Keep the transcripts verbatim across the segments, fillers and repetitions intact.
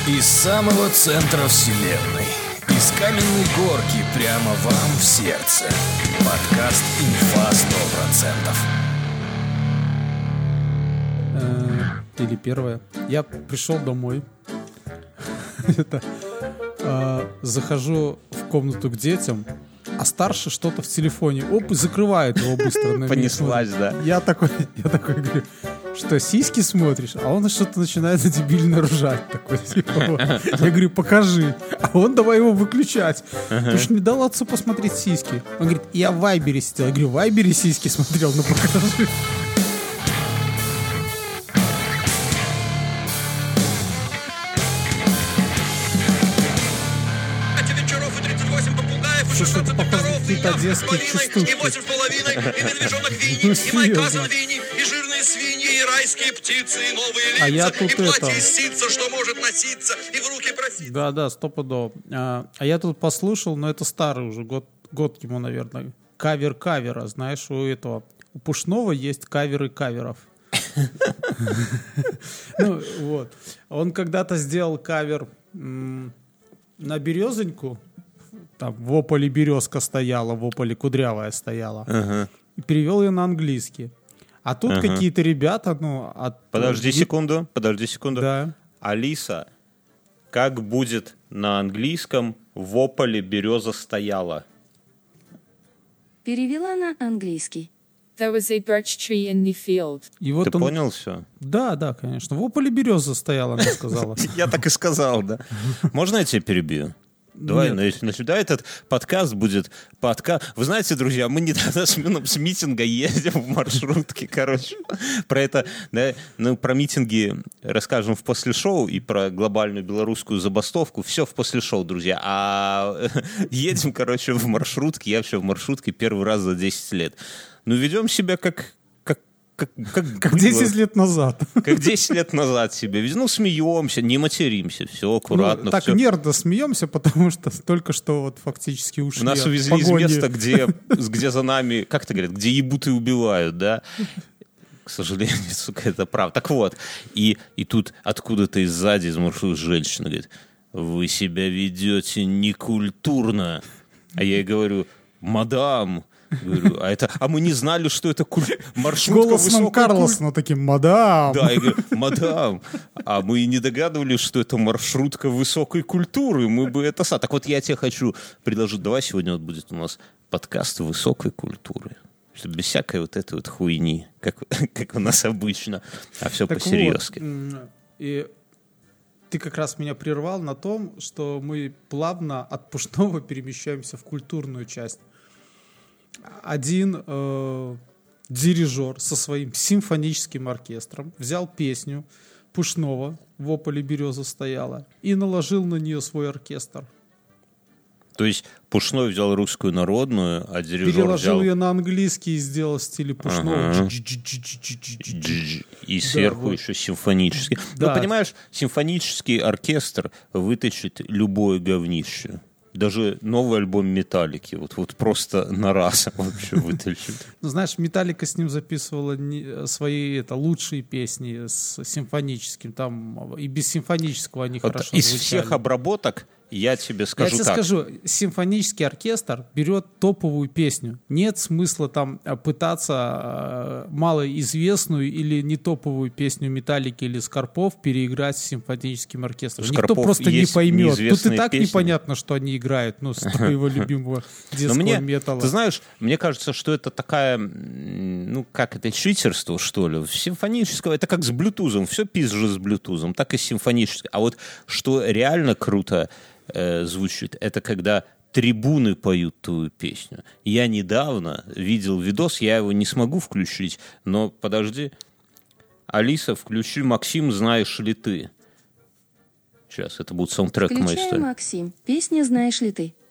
Из самого центра вселенной, из каменной горки прямо вам в сердце. Подкаст «Инфа сто процентов». Или первое. Я пришел домой. Это, э, захожу в комнату к детям, а старший что-то в телефоне. Оп, и закрывает его быстро. Понеслась, да. Я такой, я такой говорю, что, сиськи смотришь? А он что-то начинает дебильно ржать. Такой, типа, я говорю, покажи. А он давай его выключать. Потому что не дал отцу посмотреть сиськи. Он говорит, я в Вайбере сидел. Я говорю, в Вайбере сиськи смотрел, ну покажи. Что-то похоже на какие-то одесские частушки. И восемь с половиной, и медвежонок Винни, и Майк Казан Винни, и жирные свиньи, и райские птицы, и новые лица, а я тут и платье это... из ситца, что может носиться, и в руки проситься. Да-да, стопудово. А, а я тут послушал, но это старый уже, год, год ему, наверное, кавер кавера. Знаешь, у этого, у Пушного есть каверы каверов. Ну, вот. Он когда-то сделал кавер на Березоньку. Там в Ополе березка стояла, в Ополе кудрявая стояла. Ага. И перевел ее на английский. А тут ага. какие-то ребята, ну... От... Подожди секунду, подожди секунду. Да. Алиса, как будет на английском «в Ополе береза стояла»? Перевела на английский. There was a birch tree in the field. И вот Ты он... понял все? Да, да, конечно. В Ополе береза стояла, она сказала. Я так и сказал, да. Можно я тебя перебью? Давай, да, этот подкаст будет подкаст. Вы знаете, друзья, мы недавно с, с митинга едем в маршрутке, короче. Про это, да, ну, про митинги расскажем в после шоу и про глобальную белорусскую забастовку. Все в после шоу, друзья. А едем, короче, в маршрутке. Я вообще в маршрутке первый раз за десять лет. Ну, ведем себя как... Как, как, как десять лет назад. Как десять лет назад себе. Ну, смеемся, не материмся, все аккуратно. Ну, так все. нервно смеемся, потому что только что вот фактически ушли. Нас увезли погони. Из места, где, где за нами, как это говорят, где ебут и убивают, да? К сожалению, сука, это правда. Так вот, и, и тут откуда-то сзади из маршрута женщина говорит, вы себя ведете некультурно. А я ей говорю, мадам, говорю, а, это, а мы не знали, что это куль... маршрутка голосом высокой Карлосона куль... таким, мадам. Да, я говорю, мадам, а мы и не догадывались, что это маршрутка высокой культуры, мы бы это... Так вот я тебе хочу предложить, давай сегодня вот будет у нас подкаст высокой культуры, чтобы без всякой вот этой вот хуйни, как, как у нас обычно, а все по-серьезки. Вот, и ты как раз меня прервал на том, что мы плавно от Пушного перемещаемся в культурную часть. Один э, дирижер со своим симфоническим оркестром взял песню Пушного «В Ополе береза стояла» и наложил на нее свой оркестр. То есть Пушной взял русскую народную, а дирижер переложил взял... ее на английский и сделал в стиле Пушного. Ага. И сверху да, еще симфонический. Да. Ну, понимаешь, симфонический оркестр вытащит любое говнище. Даже новый альбом Металлики вот, вот просто на раз вообще вытащит. Ну, знаешь, Металлика с ним записывала не, свои это, лучшие песни с симфоническим. Там и без симфонического они вот хорошо из звучали. Всех обработок я тебе скажу Я тебе так. скажу, симфонический оркестр берет топовую песню. Нет смысла там пытаться э, малоизвестную или не топовую песню Металлики или Скорпов переиграть с симфоническим оркестром. Скорпов Никто просто не поймет. Тут и так песни. Непонятно, что они играют, ну, с твоего любимого детского мне, металла. Ты знаешь, мне кажется, что это такая, ну, как это, читерство, что ли. Симфонического, это как с блютузом. Все пизжи с блютузом, так и с симфоническим. А вот что реально круто э, звучит, это когда трибуны поют твою песню. Я недавно видел видос, я его не смогу включить, но подожди. Алиса, включи «Максим, знаешь ли ты». Сейчас, это будет саундтрек моей истории. Включай, Максим, песня «Знаешь ли ты».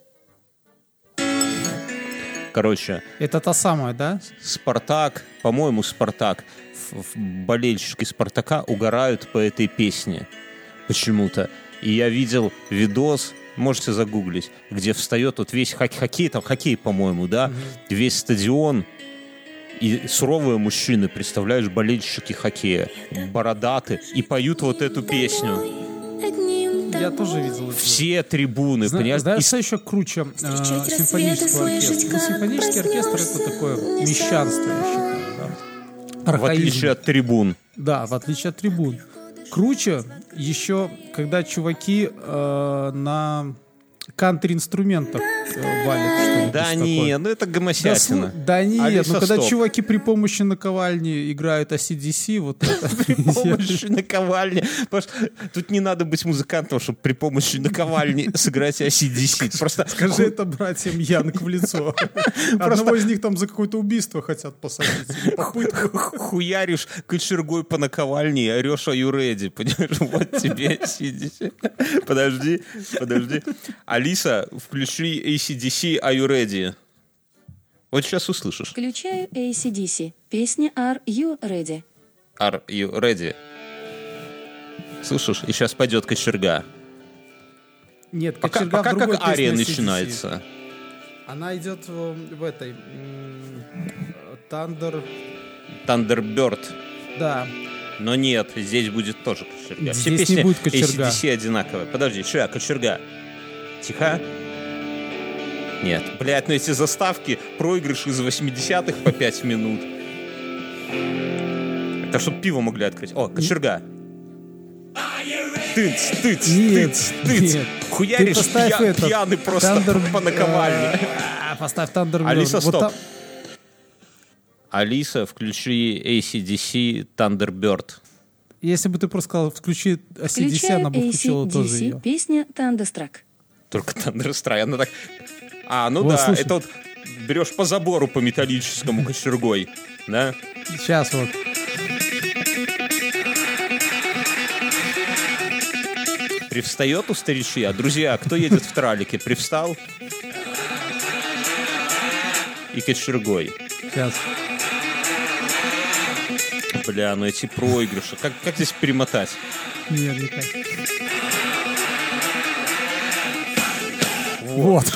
Короче. Это та самая, да? Спартак, по-моему, Спартак. Болельщики Спартака угорают по этой песне почему-то. И я видел видос, можете загуглить, где встает вот весь хоккей, хоккей там хоккей, по-моему, да, mm-hmm. весь стадион и суровые мужчины, представляешь, болельщики хоккея, бородаты, и поют вот эту песню. я тоже видел. Все трибуны, Зна- понимаешь? Знаешь, И что еще круче э, Встречать симфонического рассветы, оркестра? слышать, Ну, как симфонический оркестр — это проснешься, такое не мещанство, я считаю. Да? в Архаизм. отличие от трибун. Да, в отличие от трибун. Круче еще, когда чуваки э, на кантри-инструментах э, валят что-нибудь Да такое. не, ну это Да, гомосятина. слу- да нет, Алиса, ну когда стоп. чуваки при помощи наковальни играют эй си ди си, вот это... При помощи наковальни. Потому что тут не надо быть музыкантом, чтобы при помощи наковальни сыграть эй си ди си. Просто Скажи это братьям Янг в лицо. Одного из них там за какое-то убийство хотят посадить. или попытку. хуяришь кочергой по наковальне и орешь «Are you ready?» Понимаешь? Вот тебе эй си ди си. Подожди, подожди. Алиса, включи эй си ди си «Are you ready?» Вот сейчас услышишь. Включаю эй си ди си. Песня Are You Ready? «Are you ready?» Слышишь? И сейчас пойдет кочерга. Нет, Пока, кочерга в пока другой как ария песне эй си ди си. начинается. Она идет в, в этой... Тандер... Thunderbird. Да. Но нет, здесь будет тоже кочерга. Все Здесь не песни будет кочерга. эй си ди си одинаковые. Подожди, что я, кочерга? Тихо. Нет, блядь, ну эти заставки, проигрыш из восьмидесятых по пять минут. Это чтоб пиво могли открыть. О, кочерга. Тыц, тыц, Нет, тыц, тыц. нет. Хуяришь Ты поставь пья- этот, пьяный просто Thunder- по наковальне. А, Поставь Thunderbird. Алиса, Вот стоп. там- Алиса, включи эй си ди си Thunderbird. Если бы ты просто сказал, включи эй си ди си, Включаю она бы эй си включила тоже ди си. ее. Песня Thunderstruck. Только Thunderstruck. Она так... А, ну Вот, да, слушай. это вот берешь по забору по металлическому кочергой, да? Сейчас вот. Привстает у старичья. Друзья, кто едет в тралике? Привстал? И кочергой. Сейчас. Бля, ну эти проигрыши. Как, как здесь перемотать? Нет, никак. Вот.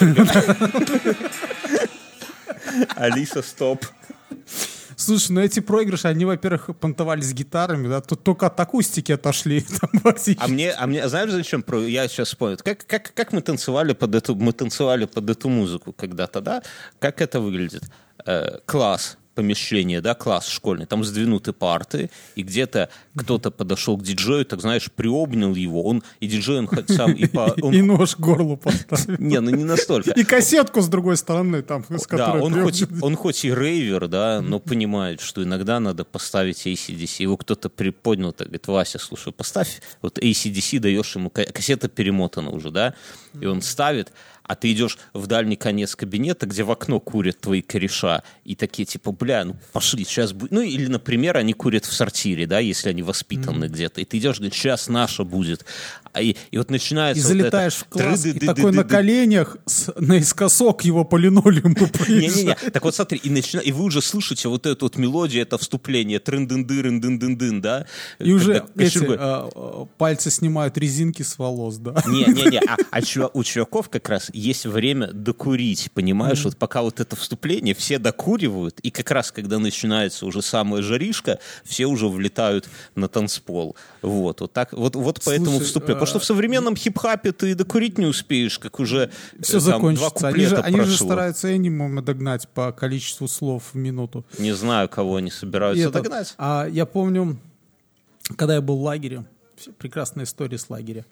Алиса, стоп. Слушай, ну эти проигрыши, они, во-первых, понтовали с гитарами, да, тут только от акустики отошли. Там практически. А мне, а мне, знаешь, зачем? про- Я сейчас вспомнил. Как, как, как мы танцевали под эту, мы танцевали под эту музыку когда-то, да? Как это выглядит? Э, класс. Помещение, да, класс школьный, там сдвинуты парты, и где-то кто-то подошел к диджею, так знаешь, приобнял его, он и диджей, он хоть сам и по... он- И нож к горлу поставил. Не, ну не настолько. И кассетку с другой стороны, там, с Да, которой он прям- хоть, он хоть и рейвер, да, но понимает, что иногда надо поставить эй си ди си. Его кто-то приподнял, так говорит: Вася, слушай, поставь вот эй си ди си, даешь ему, ка- кассета перемотана уже, да, и он ставит, а ты идешь в дальний конец кабинета, где в окно курят твои кореша, и такие типа, бля, ну пошли, сейчас будет. Ну или, например, они курят в сортире, да, если они воспитаны где-то, и ты идешь, говорит, сейчас наша будет. А И, и вот начинается И вот залетаешь это в класс, и тры-ды-ды-ды-ды-ды. такой на коленях с- наискосок его по линолеуму Не-не-не, проезжает. так вот смотри, и, начина... и вы уже слышите вот эту вот мелодию, это вступление, трын-дын-дын-дын-дын-дын, да? И уже Когда эти кочергой. а, а, пальцы снимают резинки с волос, да. Не-не-не, а, а чува- у чуваков как раз есть время докурить, понимаешь? Вот пока вот это вступление, все докуривают, и как раз когда начинается уже самая жаришка, все уже влетают на танцпол. Вот, вот так, вот, вот поэтому Слушай, вступление. Потому что в а, современном хип-хапе ты докурить не успеешь, как уже Все э, там, два закончится. Они же, куплета они же прошло. стараются энимума догнать по количеству слов в минуту. Не знаю, кого они И собираются это- догнать. А я помню, когда я был в лагере, все- прекрасная история с лагеря,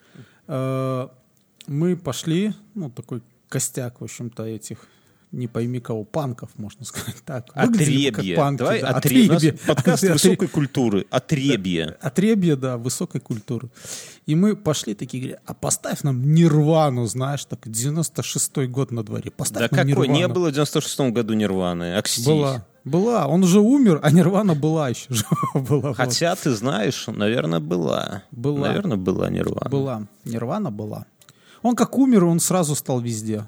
э, мы пошли, ну, такой костяк, в общем-то, этих, не пойми кого, панков, можно сказать так. Выглядели как Отребье. панки, Давай да. отребье. У нас Отребье. подкаст Отре- высокой культуры. Отребье. Отребье, да, высокой культуры. И мы пошли такие, говорят, а поставь нам Нирвану, знаешь, так, девяносто шестой год на дворе, поставь Да нам какой? Нирвану. Не было в девяносто шестом году Нирваны. Акстись. Была, была, он уже умер, а Нирвана была еще жива была. вот. Хотя, ты знаешь, наверное, была. Была. Наверное, была Нирвана. Была. Нирвана была. Он как умер, он сразу стал везде.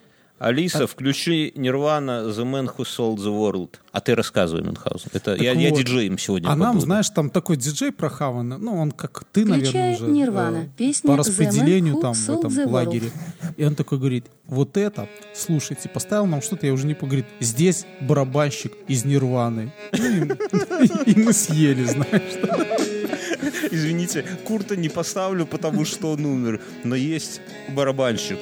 Алиса, включи Нирвана The Man Who Sold the World. А ты рассказывай, Мюнхгаузен. Это Так я, я вот. диджеем сегодня А нам, побуду. знаешь, там такой диджей прохаванный, ну, он как ты, наверное, Включаю уже Нирвана. э, Песня по The распределению Man Who там в Sold этом the World. лагере. И он такой говорит, вот это, слушайте, поставил нам что-то, я уже не помню, говорит, здесь барабанщик из Нирваны. Ну, И и мы съели, знаешь. Извините, Курта не поставлю, потому что он умер. Но есть барабанщик.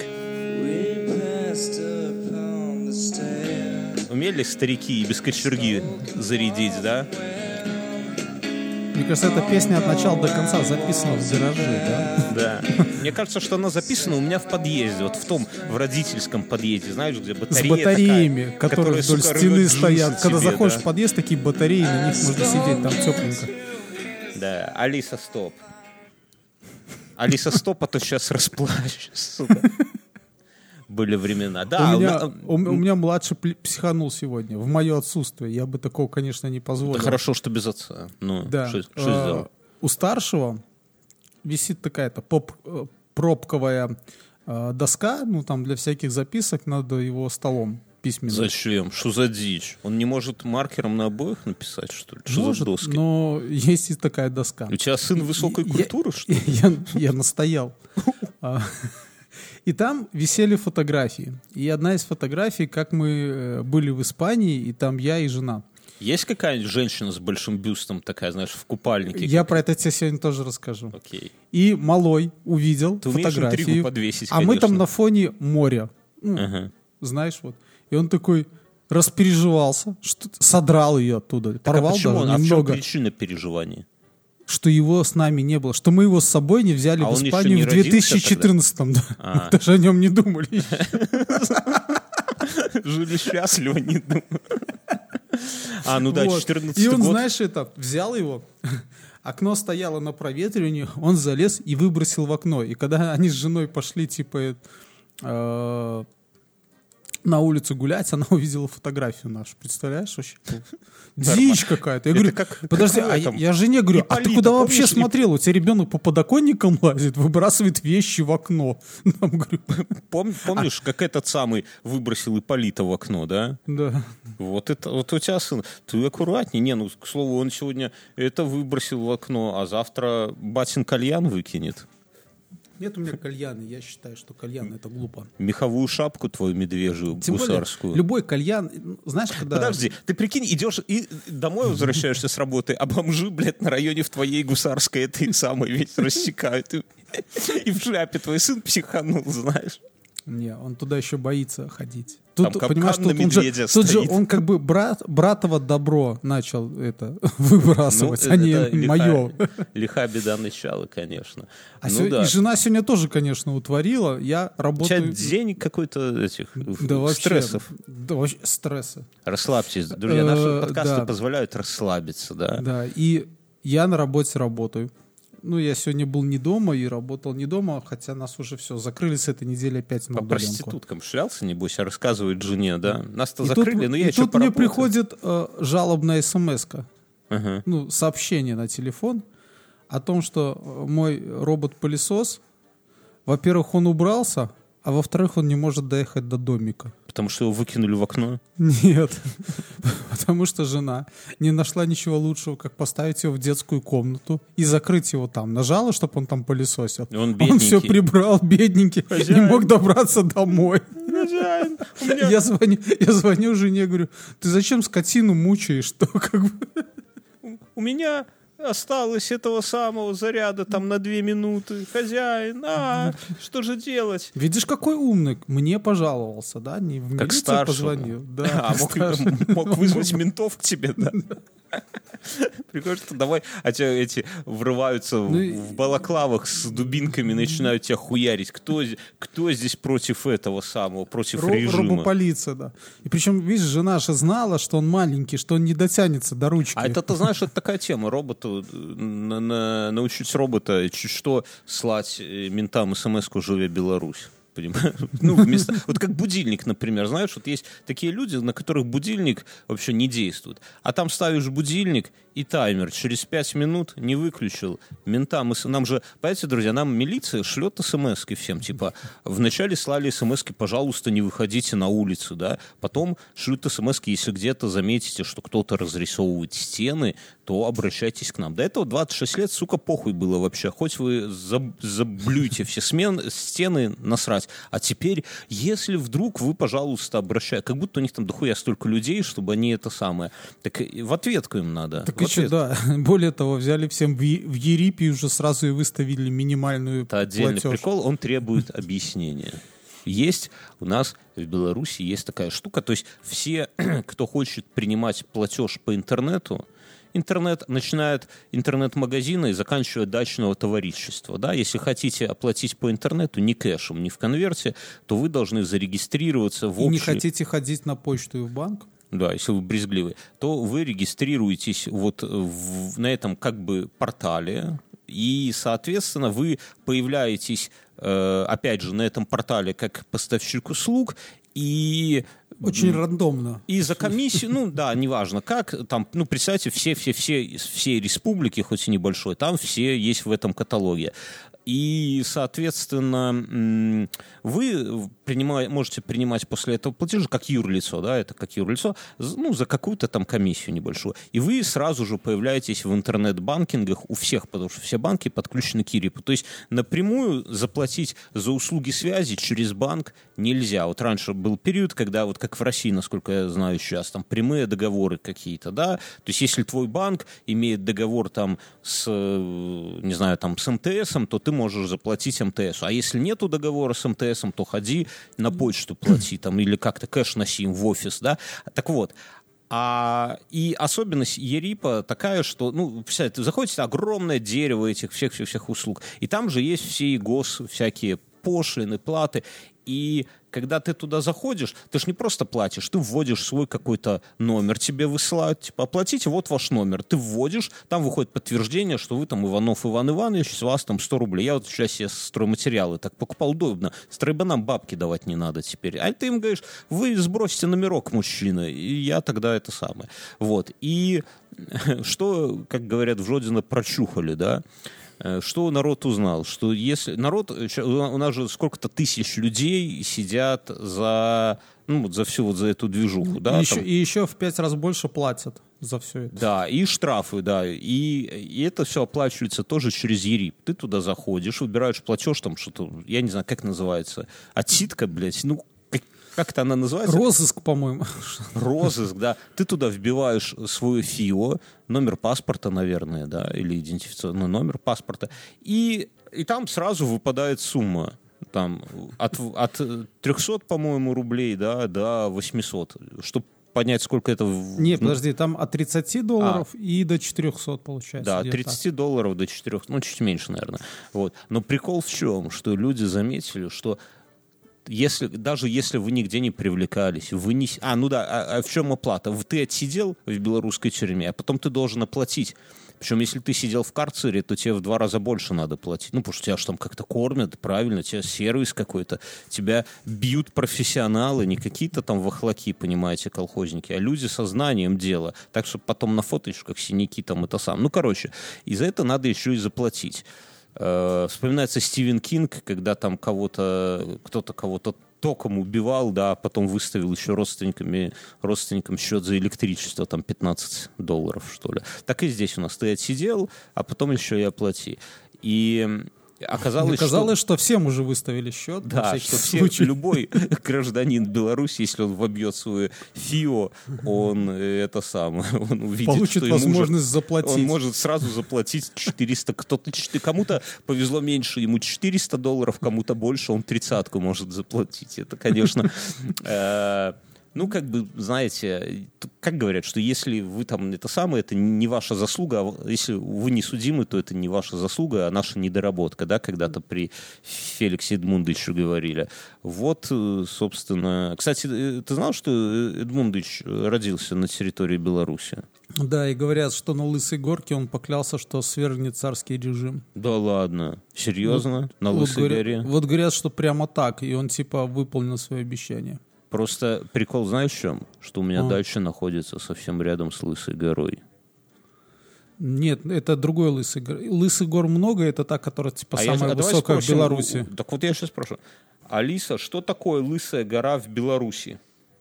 Умели старики и без кочерги зарядить, да? Мне кажется, эта песня от начала до конца записана в гараже, да? Да. Мне кажется, что она записана у меня в подъезде, вот в том, в родительском подъезде, знаешь, где батарея С батареями, такая, которые вдоль сука, стены рвет стоят. джинсы Когда тебе, заходишь да. в подъезд, такие батареи, на них можно сидеть там тепленько. Да, Алиса, стоп. Алиса, стоп, а то сейчас расплачусь, сука. Были времена. Да, у, меня, у, у, у меня младший психанул сегодня, в мое отсутствие. Я бы такого, конечно, не позволил. Да хорошо, что без отца. Ну, да. что, что а, сделал? У старшего висит такая-то поп, пробковая а, доска, ну там для всяких записок надо его столом письменным. Зачем? Что за дичь? Он не может маркером на обоих написать, что ли? Что Может, за доски? но есть и такая доска. У тебя сын высокой Я- культуры, что ли? Я, я настоял. А, И там висели фотографии. И одна из фотографий, как мы э, были в Испании, и там я и жена. Есть какая-нибудь женщина с большим бюстом такая, знаешь, в купальнике? Я про это тебе сегодня тоже расскажу. Окей. И малой увидел Ты умеешь фотографию. интригу подвесить, А мы там конечно. на фоне моря. Ну, Ага. знаешь, вот. И он такой распереживался, что содрал ее оттуда. Так, Порвал а почему? даже А в чем немного. причина переживаний? Что его с нами не было. Что мы его с собой не взяли А в он еще Испанию не в родился две тысячи четырнадцатом. Да. А. Мы даже о нем не думали. Жили счастливо, не думаю. А, ну да, Вот. четырнадцатый И он, год. знаешь, это, взял его, окно стояло на проветривании, он залез и выбросил в окно. И когда они с женой пошли, типа, э, на улицу гулять, она увидела фотографию нашу. Представляешь вообще? Дичь какая-то. Я Это говорю, как- как подожди, в а я, этом. я жене говорю, а ты Ипполита, куда вообще помнишь, Ип- смотрел? У тебя ребенок по подоконникам лазит, выбрасывает вещи в окно. Там, говорю, Пом- Помнишь, как этот самый выбросил Ипполита в окно, да? да. Вот это, вот у тебя сын. Ты аккуратней. Не, ну, к слову, он сегодня это выбросил в окно, а завтра батин кальян выкинет. Нет у меня кальяна, я считаю, что кальян это глупо. Меховую шапку твою медвежью, Тем более, гусарскую. любой кальян, знаешь, когда... Подожди, ты прикинь, идешь и домой возвращаешься с работы, а бомжи, блядь, на районе в твоей гусарской этой самой весь рассекают. И, и в шляпе твой сын психанул, знаешь. Не, он туда еще боится ходить. Там Тут, капкан понимаешь, на тут, он же, медведя тут же стоит. он как бы брат, братово добро начал это выбрасывать, Ну, а не это мое. лиха, лиха беда начала, конечно. А ну, сё- да. И жена сегодня тоже, конечно, утворила. Я У тебя работаю... день какой-то этих Да, вообще, стрессов. Да, вообще, стресса. Расслабьтесь. Друзья, наши Э, подкасты да. позволяют расслабиться, да. Да, и я на работе работаю. Ну, я сегодня был не дома и работал не дома, хотя нас уже все, закрыли с этой недели опять на По удаленку. проституткам шлялся, небось, а рассказывает жене, да? Нас-то И закрыли, тут, но и я еще тут мне поработаю. приходит э, жалобная смс-ка. Ага. Ну, сообщение на телефон о том, что э, мой робот-пылесос, во-первых, он убрался, а во-вторых, он не может доехать до домика. Потому что его выкинули в окно. Нет, потому что жена не нашла ничего лучшего, как поставить его в детскую комнату и закрыть его там. Нажала, чтобы он там пылесосил. И он Он все бедненький. прибрал, бедненький, не Хозяин. мог добраться домой. Хозяин, у меня- Я звоню, я звоню жене, говорю, ты зачем скотину мучаешь? Что, как бы... У меня осталось этого самого заряда там на две минуты. Хозяин, а, что же делать? Видишь, какой умный. Мне пожаловался, да? Не в Как милицию старшему. позвонил. Да, А, как мог, старшему. мог вызвать ментов к тебе, да? Прикольно, что давай, а тебя эти врываются в- Ну и- в балаклавах с дубинками, начинают тебя хуярить. Кто, з- кто здесь против этого самого, против Ро- режима? Робополиция, да. И причем, видишь, жена же знала, что он маленький, что он не дотянется до ручки. А это, ты знаешь, это такая тема. Роботу, на- на- научить робота чуть что слать э, ментам смс-ку «Живе Беларусь». Понимаешь? Ну, вместо... Вот как будильник, например. Знаешь, вот есть такие люди, на которых будильник вообще не действует. А там ставишь будильник и таймер. Через пять минут не выключил. Ментам... и с- Нам же, понимаете, друзья, нам милиция шлет смс-ки всем. Типа, вначале слали смс-ки, пожалуйста, не выходите на улицу, да. Потом шлют смс-ки, если где-то заметите, что кто-то разрисовывает стены, то обращайтесь к нам. До этого двадцать шесть лет, сука, похуй было вообще. Хоть вы заб- заблюйте все смен, стены, насрать. А теперь, если вдруг вы, пожалуйста, обращаетесь, как будто у них там дохуя столько людей, чтобы они это самое, так в ответку им надо. Так в еще, ответку. да, более того, взяли всем в, Е- в Ерипе и уже сразу и выставили минимальную Это отдельный платеж. прикол, он требует объяснения. Есть у нас в Беларуси есть такая штука, то есть все, кто хочет принимать платеж по интернету, интернет начинает интернет-магазина и заканчивает дачного товарищества. Да? Если хотите оплатить по интернету не кэшем, не в конверте, то вы должны зарегистрироваться в И общий... не хотите ходить на почту и в банк? Да, если вы брезгливый, то вы регистрируетесь вот в, на этом как бы портале, и, соответственно, вы появляетесь, э, опять же, на этом портале как поставщик услуг, и... Очень рандомно. И за комиссию, ну да, неважно как, там, ну представьте, все, все, все, все республики, хоть и небольшой, там все есть в этом каталоге. И, соответственно, вы принимаете, можете принимать после этого платежи как юрлицо, да, это как юрлицо, ну, за какую-то там комиссию небольшую. И вы сразу же появляетесь в интернет-банкингах у всех, потому что все банки подключены к Ерипу. То есть напрямую заплатить за услуги связи через банк нельзя. Вот раньше был период, когда, вот как в России, насколько я знаю сейчас, там прямые договоры какие-то, да, то есть если твой банк имеет договор там с, не знаю, там с эм тэ эсом, то ты можешь заплатить эм тэ эсу. А если нету договора с эм тэ эсом, то ходи на почту плати там, или как-то кэш носи им в офис, да. Так вот, а, и особенность Ерипа такая, что, ну, представляете, заходите, огромное дерево этих всех-всех услуг, и там же есть все и гос, всякие пошлины, платы, и когда ты туда заходишь, ты же не просто платишь, ты вводишь свой какой-то номер, тебе высылают, типа, оплатите, вот ваш номер. Ты вводишь, там выходит подтверждение, что вы там Иванов Иван Иванович, с вас там сто рублей. Я вот сейчас себе стройматериалы так покупал, удобно. Стройбанам бабки давать не надо теперь. А ты им говоришь, вы сбросьте номерок, мужчина, и я тогда это самое. Вот. И что, как говорят в Жодино, прочухали, да? Что народ узнал? Что если народ, у нас же сколько-то тысяч людей сидят за, ну, вот за всю вот за эту движуху, да? И, еще, там... и еще в пять раз больше платят за все это. Да, и штрафы, да, и, и это все оплачивается тоже через Ерип. Ты туда заходишь, выбираешь платеж, там что-то, я не знаю, как называется, отсидка, блядь, ну, как это она называется? Розыск, по-моему. Розыск, да. Ты туда вбиваешь свою ФИО, номер паспорта, наверное, да, или идентификационный номер паспорта, и, и там сразу выпадает сумма. Там от, от трехсот, по-моему, рублей, да, до восьмисот, чтобы понять, сколько это... В... Не, подожди, там от тридцати долларов а. и до четырехсот, получается. Да, от тридцати долларов до четырехсот, ну, чуть меньше, наверное. Вот. Но прикол в чем? Что люди заметили, что если, даже если вы нигде не привлекались, вы не... А, ну да, а, а в чем оплата? Ты отсидел в белорусской тюрьме, а потом ты должен оплатить. Причем, если ты сидел в карцере, то тебе в два раза больше надо платить. Ну, потому что тебя же там как-то кормят, правильно, тебя сервис какой-то, тебя бьют профессионалы, не какие-то там вахлаки, понимаете, колхозники, а люди со знанием дела. Так что потом на фоточках синяки там это сам. Ну, короче, и за это надо еще и заплатить. Вспоминается Стивен Кинг, когда там кого-то, кто-то кого-то током убивал, да, а потом выставил еще родственниками, родственникам счет за электричество, там пятнадцать долларов, что ли. Так и здесь у нас. Ты отсидел, а потом еще и оплати. И оказалось, Оказалось, что... что всем уже выставили счет. Да, что все, любой гражданин Беларуси, если он вобьет свою ФИО, он это самое, он увидит, получит что ему возможность уже, заплатить. Он может сразу заплатить четыреста. Кто-то, кому-то повезло меньше, ему четыреста долларов, кому-то больше, он тридцатку может заплатить. Это, конечно... Ну, как бы, знаете, как говорят, что если вы там это самое, это не ваша заслуга, а если вы не судимы, то это не ваша заслуга, а наша недоработка, да, когда-то при Феликсе Эдмундовиче говорили. Вот, собственно... Кстати, ты знал, что Эдмундович родился на территории Беларуси? Да, и говорят, что на Лысой Горке он поклялся, что свергнет царский режим. Да ладно? Серьезно? Вот, на Лысой вот горе? Говорят, вот говорят, что прямо так, и он типа выполнил свое обещание. Просто прикол, знаешь, в чем? Что у меня а. дача находится совсем рядом с Лысой горой. Нет, это другой Лысый гор. Лысых гор много, это та, которая типа а самая я, а высокая спросим, в Беларуси. Так вот я сейчас спрошу. Алиса, что такое Лысая гора в Беларуси?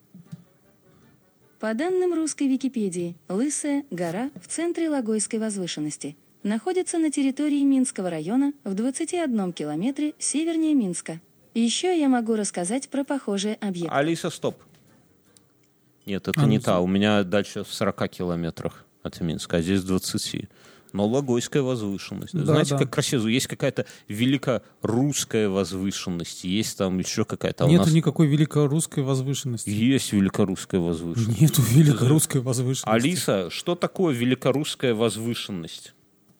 По данным русской Википедии, Лысая гора в центре Логойской возвышенности. Находится на территории Минского района в двадцати одном километре севернее Минска. Еще я могу рассказать про похожие объекты. Алиса, стоп. Нет, это А, не ну, та. У меня дальше в сорока километрах от Минска, а здесь двадцати. Но Логойская возвышенность. Да, Знаете, да. как красиво. Есть какая-то великорусская возвышенность, есть там еще какая-то. А у Нету нас никакой великорусской возвышенности. есть великорусская возвышенность. Нету великорусской возвышенности. Алиса, что такое великорусская возвышенность?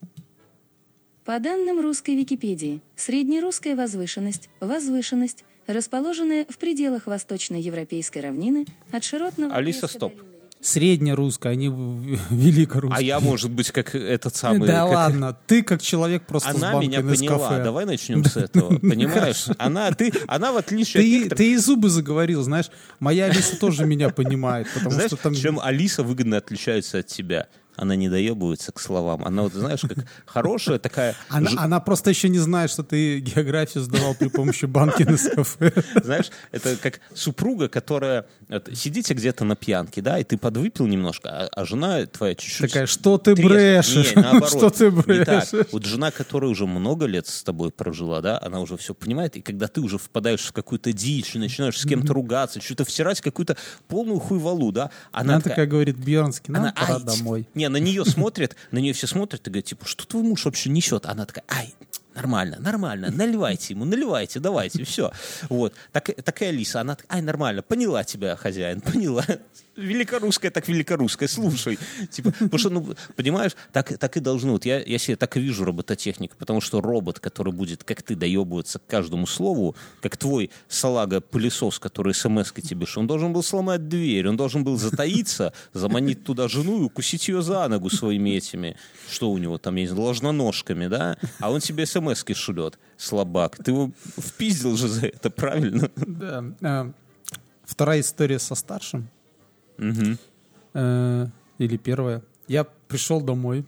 По данным русской Википедии, среднерусская возвышенность – возвышенность, расположенная в пределах восточноевропейской равнины от широтного... Алиса, отрезка стоп. долины Среднерусская, а не в- великорусская. А я, может быть, как этот самый... Да как- ладно, ты как человек просто с Она банкой меня Нескафе. поняла. Давай начнем с этого. Понимаешь? Она, ты, она в отличие от Ты, некоторых... ты и зубы заговорил, знаешь. Моя Алиса тоже меня понимает, потому Знаешь, что там... чем Алиса выгодно отличается от тебя? Она не доебывается к словам. Она вот, знаешь, как хорошая такая... Она, ж- она просто еще не знает, что ты географию сдавал при помощи банки Нескафе. Знаешь, это как супруга, которая... вот сидите где-то на пьянке, да, и ты подвыпил немножко, а, а жена твоя чуть-чуть... Такая, что ты трескает. брешешь? Не, наоборот. Что ты Не так. брешешь? Вот жена, которая уже много лет с тобой прожила, да, она уже все понимает, и когда ты уже впадаешь в какую-то дичь, и начинаешь с кем-то ругаться, что-то втирать какую-то полную хуйвалу, да, она, Она такая говорит, Бьернский, нам она, пора ай, домой. Не, на нее смотрят, на нее все смотрят и говорят, типа, что твой муж вообще несет? Она такая, ай, нормально, нормально, наливайте ему, наливайте, давайте, все. Вот. Так, такая Алиса, она такая, ай, нормально, поняла тебя, хозяин, поняла. Великорусская, так великорусская, слушай. Типа, потому что, ну, понимаешь, так, так и должно. Вот я, я себе так и вижу робототехнику, потому что робот, который будет, как ты, доебываться к каждому слову, как твой салага-пылесос, который смс-кой тебе, что он должен был сломать дверь, он должен был затаиться, заманить туда жену и укусить ее за ногу своими этими, что у него там есть, ложноножками, да? А он тебе смс-ки шлет, слабак. Ты его впиздил же за это, правильно? Да. а, Вторая история со старшим. Мгм. Э, Или первая. Я пришел домой.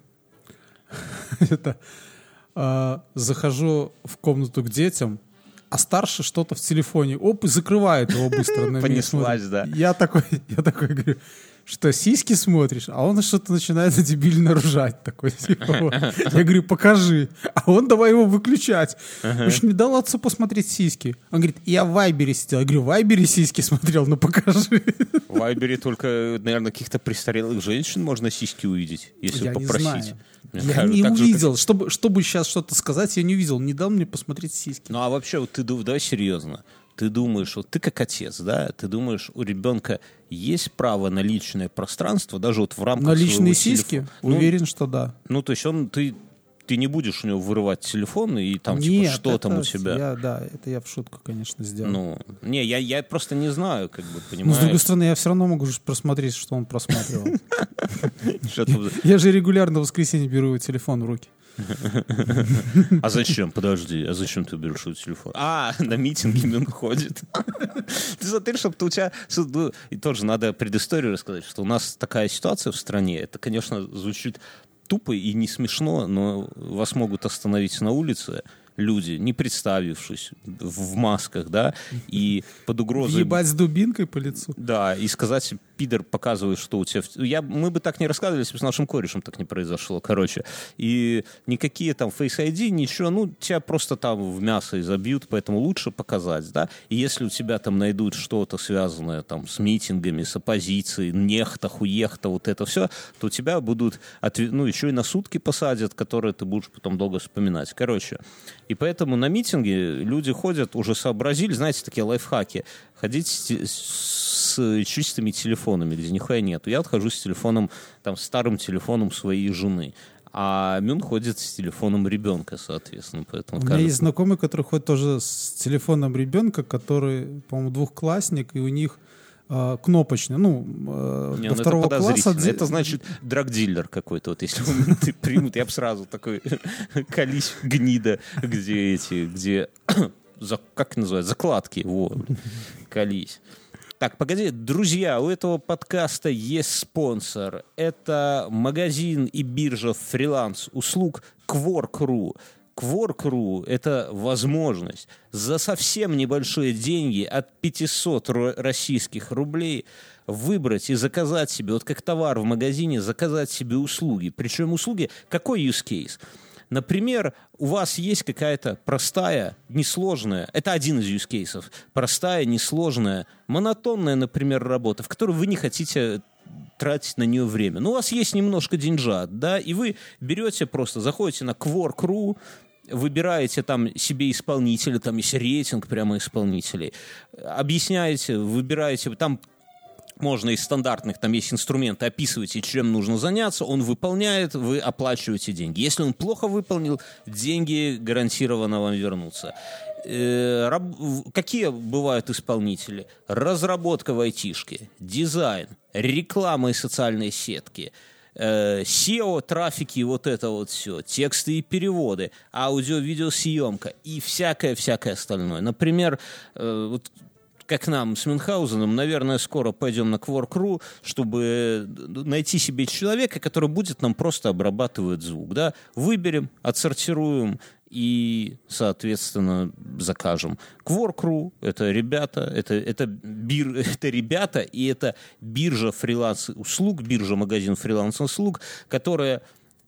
Это, а, захожу в комнату к детям, а старший что-то в телефоне. Оп, и закрывает его быстро. на меня Понеслась, смотрит. да. Я такой, я такой говорю, что, сиськи смотришь? А он что-то начинает дебильно ржать. Такой, типа, вот. Я говорю, покажи. А он давай его выключать. Уж не дал отцу посмотреть сиськи. Он говорит, я в Вайбере сидел. Я говорю, в Вайбере сиськи смотрел, ну покажи. В Вайбере только, наверное, каких-то престарелых женщин можно сиськи увидеть, если Я не попросить. знаю. Мне Я кажется, не так же, увидел. Чтобы, чтобы сейчас что-то сказать, я не увидел. Не дал мне посмотреть сиськи. Ну а вообще, вот ты ду- давай серьезно. Ты думаешь, вот ты как отец, да, ты думаешь, у ребенка есть право на личное пространство, даже вот в рамках На личные своего сиськи? телефона? Ну, Уверен, что да. Ну, то есть он, ты, ты не будешь у него вырывать телефон и там, Нет, типа, что там это у тебя? Я, да, это я в шутку, конечно, сделал. Ну, не, я, я просто не знаю, как бы, Но, с понимаешь? другой стороны, я все равно могу же просмотреть, что он просматривал. Что там- Я же регулярно в воскресенье беру его телефон в руки. А зачем? Подожди, а зачем ты берешь его телефон? А, на митинги он ходит. Ты смотри, чтобы у тебя... ну, и тоже надо предысторию рассказать, что у нас такая ситуация в стране. Это, конечно, звучит тупо и не смешно, но вас могут остановить на улице люди, не представившись, в масках, да, и под угрозой... Ебать с дубинкой по лицу. Да, и сказать, пидор, показывает, что у тебя... в- Я, мы бы так не рассказывали, если бы с нашим корешем так не произошло, короче. И никакие там Face ай ди, ничего, ну, тебя просто там в мясо изобьют, поэтому лучше показать, да. И если у тебя там найдут что-то связанное там с митингами, с оппозицией, нехта, хуехта, вот это все, то тебя будут, отве- ну, еще и на сутки посадят, которые ты будешь потом долго вспоминать. Короче, и поэтому на митинги люди ходят, уже сообразили, знаете, такие лайфхаки, ходить с, те- с чистыми телефонами, где нихуя нету. Я вот хожу с телефоном, там, старым телефоном своей жены. А Мюн ходит с телефоном ребенка, соответственно. Поэтому У меня кажется- есть знакомый, который ходит тоже с телефоном ребенка, который, по-моему, двухклассник, и у них э, кнопочный, ну, э, Не, до ну второго это класса... подозрительно. де- Это значит драгдилер какой-то. Вот если он- ты примут, я бы сразу такой колись гнида, где эти, где за- как называется, закладки, вот, колись. Так, погоди, друзья, у этого подкаста есть спонсор. Это магазин и биржа фриланс-услуг Quark.ru. Quark.ru — это возможность за совсем небольшие деньги от пятьсот ро- российских рублей выбрать и заказать себе, вот как товар в магазине, заказать себе услуги. Причем услуги, какой use case? Например, у вас есть какая-то простая, несложная, это один из use cases, простая, несложная, монотонная, например, работа, в которой вы не хотите тратить на нее время. Но у вас есть немножко деньжат, да, и вы берете просто, заходите на Quark точка ру, выбираете там себе исполнителя, там есть рейтинг прямо исполнителей, объясняете, выбираете, там можно из стандартных, там есть инструменты, описываете, чем нужно заняться, он выполняет, вы оплачиваете деньги. Если он плохо выполнил, деньги гарантированно вам вернутся. Э, раб, какие бывают исполнители? Разработка в айтишке, дизайн, реклама и социальные сетки, э, сео, трафики, вот это вот все, тексты и переводы, аудио-видеосъемка и всякое-всякое остальное. Например, э, вот как нам с Мюнхгаузеном, наверное, скоро пойдем на Quark точка ру, чтобы найти себе человека, который будет нам просто обрабатывать звук. Да? Выберем, отсортируем и, соответственно, закажем. Quark точка ру — это ребята, это, это, бир, это ребята, и это биржа фриланс-услуг, биржа-магазин фриланс-услуг, которая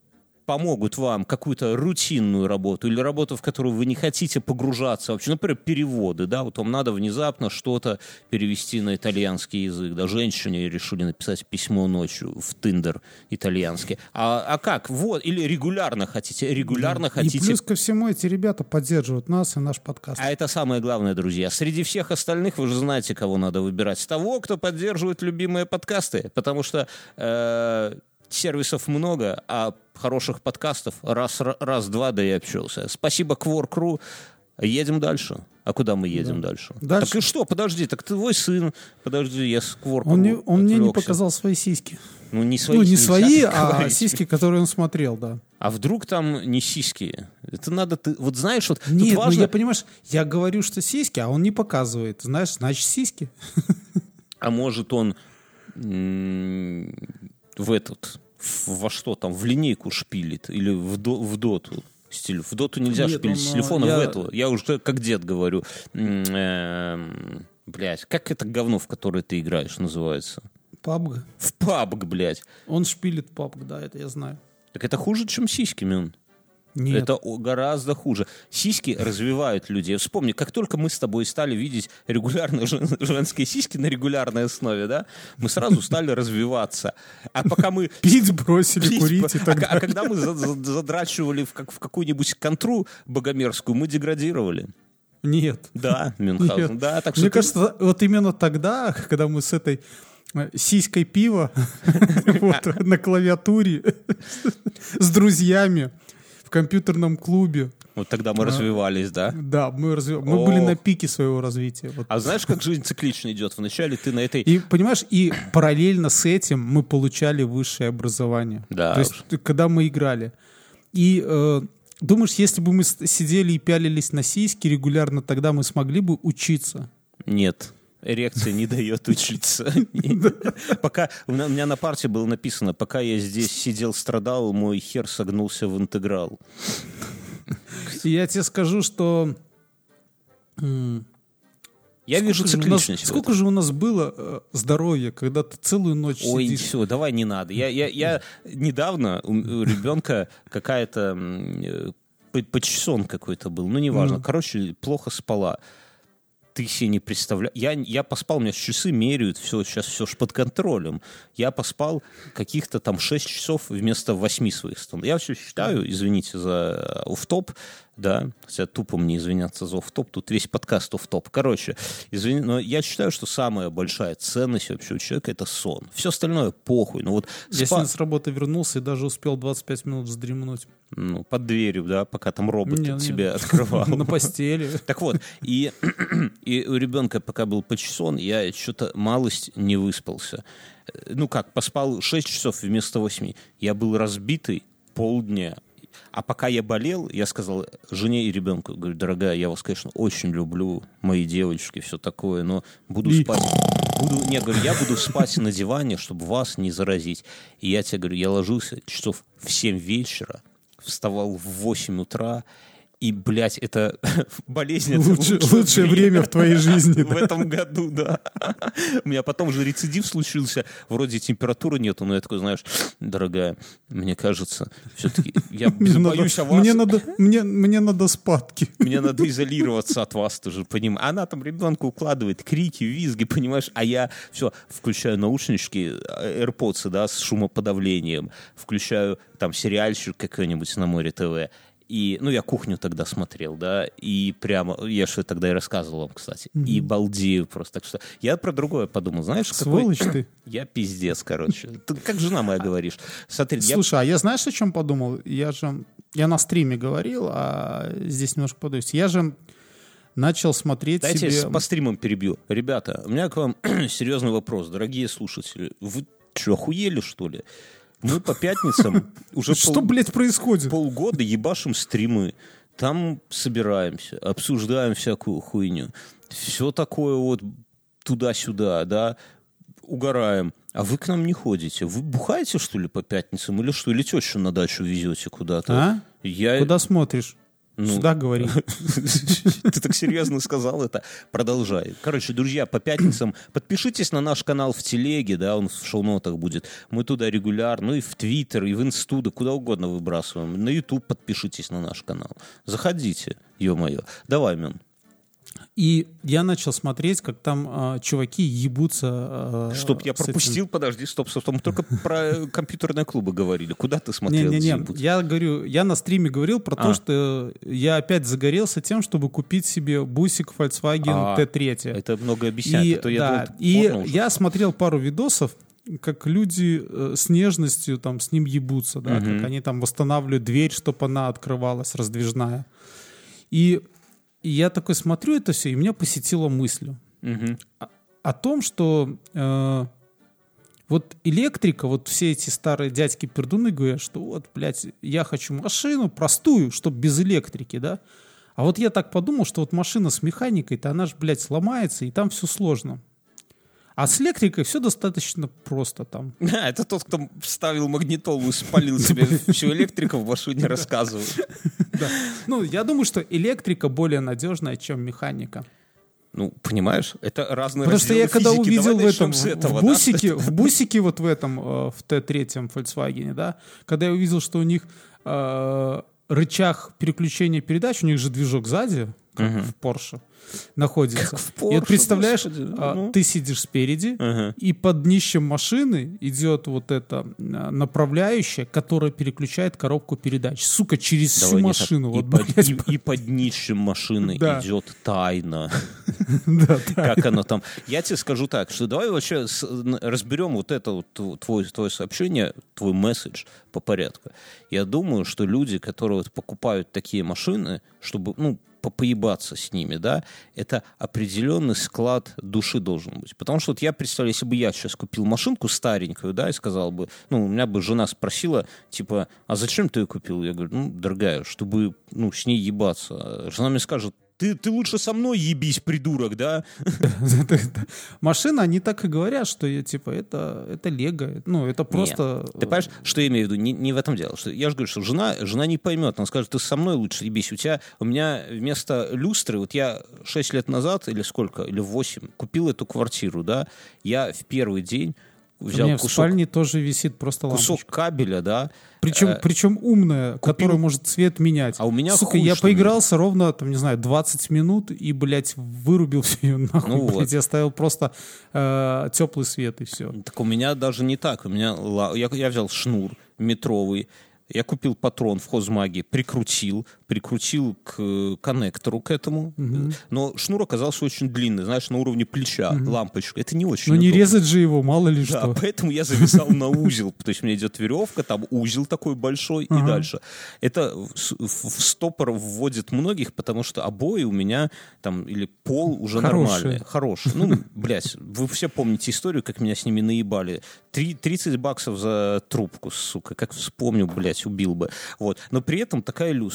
помогут вам какую-то рутинную работу или работу, в которую вы не хотите погружаться вообще, например, переводы, да, вот вам надо внезапно что-то перевести на итальянский язык, да, женщине решили написать письмо ночью в Тиндер итальянский, а, а как, вот, или регулярно хотите, регулярно и хотите... И плюс ко всему эти ребята поддерживают нас и наш подкаст. А это самое главное, друзья, среди всех остальных вы же знаете, кого надо выбирать, того, кто поддерживает любимые подкасты, потому что... Э- сервисов много, а хороших подкастов раз, раз, два, да и общался. Спасибо Quark точка ру. Едем дальше. А куда мы едем да. дальше? дальше? Так и что? Подожди, так твой сын... Подожди, я с Quark точка ру Он, не, он мне не отвлекся. показал свои сиськи. Ну, не свои, ну, не свои, а а сиськи, которые он смотрел, да. А вдруг там не сиськи? Это надо... Ты, вот знаешь, вот Нет, тут важно... ну я, понимаешь, я говорю, что сиськи, а он не показывает. Знаешь, значит, сиськи. А может он м- в этот... во что там, в линейку шпилит или в, до, в доту. Стиль. В доту нельзя Нет, шпилить он, с телефона я... в эту. Я уже как дед говорю. М-м-м, блядь, как это говно, в которое ты играешь, называется? пабг. В пабг, блядь. Он шпилит пабг, да, это я знаю. Так это хуже, чем сиськи, Мюн. Нет. Это гораздо хуже. Сиськи развивают людей. Вспомни, как только мы с тобой стали видеть регулярно жен- женские сиськи на регулярной основе, да, мы сразу стали развиваться. А пока мы... Пить бросили, Пить, курить и так а, далее. а когда мы за- за- задрачивали в, как, в какую-нибудь контру богомерзкую, мы деградировали. Нет. Да, Мюнхгаузен, Нет. да. Так что Мне ты- кажется, вот именно тогда, когда мы с этой э, сиськой пива вот, на клавиатуре с друзьями в компьютерном клубе. Вот тогда мы развивались, да? Да, мы, разви- мы О. были на пике своего развития. Вот. А знаешь, как жизнь циклично идет? Вначале ты на этой... И, понимаешь, и параллельно с этим мы получали высшее образование. Да То есть, уж. ты- когда мы играли. И э, думаешь, если бы мы с- сидели и пялились на сиськи регулярно, тогда мы смогли бы учиться? Нет. Эрекция не дает учиться. Пока у меня у меня на парте было написано, пока я здесь сидел, страдал, мой хер согнулся в интеграл. И я тебе скажу, что... м, Я вижу сколько же у нас- цикличность. в Сколько этом. же у нас было э, здоровья, когда ты целую ночь Ой, сидишь? все, давай не надо. Я, я, я недавно у, у ребенка какая-то м, э, по- почесон какой-то был, ну неважно. Ну. Короче, плохо спала. Ты себе не представляешь. Я, я поспал, у меня часы меряют, все, сейчас все ж под контролем. Я поспал каких-то там шесть часов вместо восьми своих стандартов. Я все считаю, извините за офф-топ, да, хотя тупо мне извиняться за офф-топ, тут весь подкаст офф-топ. Короче, извини, но я считаю, что самая большая ценность вообще у человека — это сон. Все остальное похуй. Ну вот Я спа- сегодня с работы вернулся и даже успел двадцать пять минут вздремнуть. ну, под дверью, да, пока там робот Не, не. тебе открывал. На постели. Так вот, и, и у ребенка, пока был почесон, я что-то малость не выспался. Ну как, поспал шесть часов вместо восьми. Я был разбитый полдня. А пока я болел, я сказал жене и ребенку, говорю, дорогая, я вас, конечно, очень люблю, мои девочки, все такое, но буду И- спать... Буду, не, говорю, я буду спать на диване, чтобы вас не заразить. И я тебе говорю, я ложился часов в семь вечера, вставал в восемь утра, И, блядь, это болезнь. Лучше, лучшее лучшее время, время в твоей жизни. В да. этом году, да. У меня потом уже рецидив случился. Вроде температуры нету, но я такой, знаешь, дорогая, мне кажется, все-таки я боюсь о вас. Мне надо, мне, мне надо спадки. Мне надо изолироваться от вас тоже, понимаешь. Она там ребенка укладывает, крики, визги, понимаешь, а я все, включаю наушнички, AirPods, да, с шумоподавлением, включаю там сериальчик какой-нибудь на Море ТВ. И, ну, я кухню тогда смотрел, да, и прямо, я что тогда и рассказывал вам, кстати, mm-hmm. и балдею просто. Так что я про другое подумал, знаешь, сволочь какой... ты. Я пиздец, короче. Ты как жена моя говоришь. Смотри, Слушай, я... а я знаешь, о чем подумал? Я же, я на стриме говорил, а здесь немножко подаюсь. Я же начал смотреть Дайте себе... я по стримам перебью. Ребята, у меня к вам серьезный вопрос, дорогие слушатели. Вы что, охуели, что ли? Мы по пятницам уже что, пол... блядь, происходит? полгода ебашим стримы. Там собираемся, обсуждаем всякую хуйню. Все такое вот туда-сюда, да, угораем. А вы к нам не ходите. Вы бухаете, что ли, по пятницам? Или что? Или тещу на дачу везете куда-то? А? Я... Куда смотришь? Ну, сюда говори. Ты так серьезно сказал это. Продолжай. Короче, друзья, по пятницам подпишитесь на наш канал в телеге, да, он в шоу-нотах будет. Мы туда регулярно, ну и в Твиттер, и в Инсту, да куда угодно выбрасываем. На Ютуб подпишитесь на наш канал. Заходите, ё-моё. Давай, Мэн. И я начал смотреть, как там э, чуваки ебутся. Э, Чтоб я пропустил, этим... подожди, стоп, стоп, стоп. Мы только про компьютерные клубы говорили. Куда ты смотрел? Не-не-не, я говорю, я на стриме говорил про а. то, что я опять загорелся тем, чтобы купить себе бусик Volkswagen Т три. Это много объясняет. И, а то я да, думал, и я смотрел пару видосов, как люди э, с нежностью там с ним ебутся, да, угу. как они там восстанавливают дверь, чтобы она открывалась, раздвижная. И И я такой смотрю это все, и меня посетила мысль угу. о, о том, что э, вот электрика, вот все эти старые дядьки-пердуны говорят, что вот, блядь, я хочу машину простую, чтобы без электрики, да. А вот я так подумал, что вот машина с механикой-то, она же, блядь, сломается, и там все сложно. А с электрикой все достаточно просто там. А, это тот, кто вставил магнитолу и спалил себе всю электрику в машине, рассказывает. Ну, я думаю, что электрика более надежная, чем механика. Ну, понимаешь, это разные Потому что я когда физики. увидел Давай в этом, этого, в бусике, да? в бусике вот в этом, в Т три Volkswagen, да, когда я увидел, что у них э, рычаг переключения передач, у них же движок сзади, как uh-huh. в Porsche, находится. Как в Porsche, и вот представляешь, господи, а, ну. ты сидишь спереди, uh-huh. и под днищем машины идет вот эта направляющая, которая переключает коробку передач. Сука, через Давай всю машину. И, вот, под, и, и под днищем машины да. идет тайна. Да, как оно там. Я тебе скажу так, что давай вообще разберем вот это вот твое, твое сообщение, твой месседж по порядку. Я думаю, что люди, которые вот покупают такие машины, чтобы, ну, поебаться с ними, да, это определенный склад души должен быть. Потому что вот я представляю, если бы я сейчас купил машинку старенькую, да, и сказал бы, ну, у меня бы жена спросила, типа, а зачем ты ее купил? Я говорю, ну, дорогая, чтобы, ну, с ней ебаться. Жена мне скажет, Ты, ты лучше со мной ебись, придурок, да? Машина, они так и говорят, что типа это, это лего, ну, это просто... Нет. Ты понимаешь, что я имею в виду? Не, не в этом дело. Что, я же говорю, что жена, жена не поймет, она скажет, ты со мной лучше ебись. У тебя, у меня вместо люстры, вот я шесть лет назад, или сколько, или восемь, купил эту квартиру, да, я в первый день взял у меня кусок... в спальне тоже висит просто лампочка. Кусок кабеля, да. Причем, э, причем умная, купил... которая может цвет менять. А у меня Сука, хуй, я что поигрался ли? ровно, там, не знаю, двадцать минут и, блядь, вырубил все ее нахуй. Ну блядь, вот. Я ставил просто э, теплый свет и все. Так у меня даже не так. У меня я, я взял шнур метровый, я купил патрон в хозмаге, прикрутил, прикрутил к коннектору к этому, угу. но шнур оказался очень длинный, знаешь, на уровне плеча, угу. лампочка. Это не очень Ну не удобно. резать же его, мало ли да, что. Поэтому я зависал на узел. То есть у меня идет веревка, там узел такой большой и дальше. Это в стопор вводит многих, потому что обои у меня там, или пол уже нормальные. Хорошие. Ну, блядь, вы все помните историю, как меня с ними наебали. тридцать баксов за трубку, сука. Как вспомню, блядь, убил бы. Вот. Но при этом такая люстра. Так вот,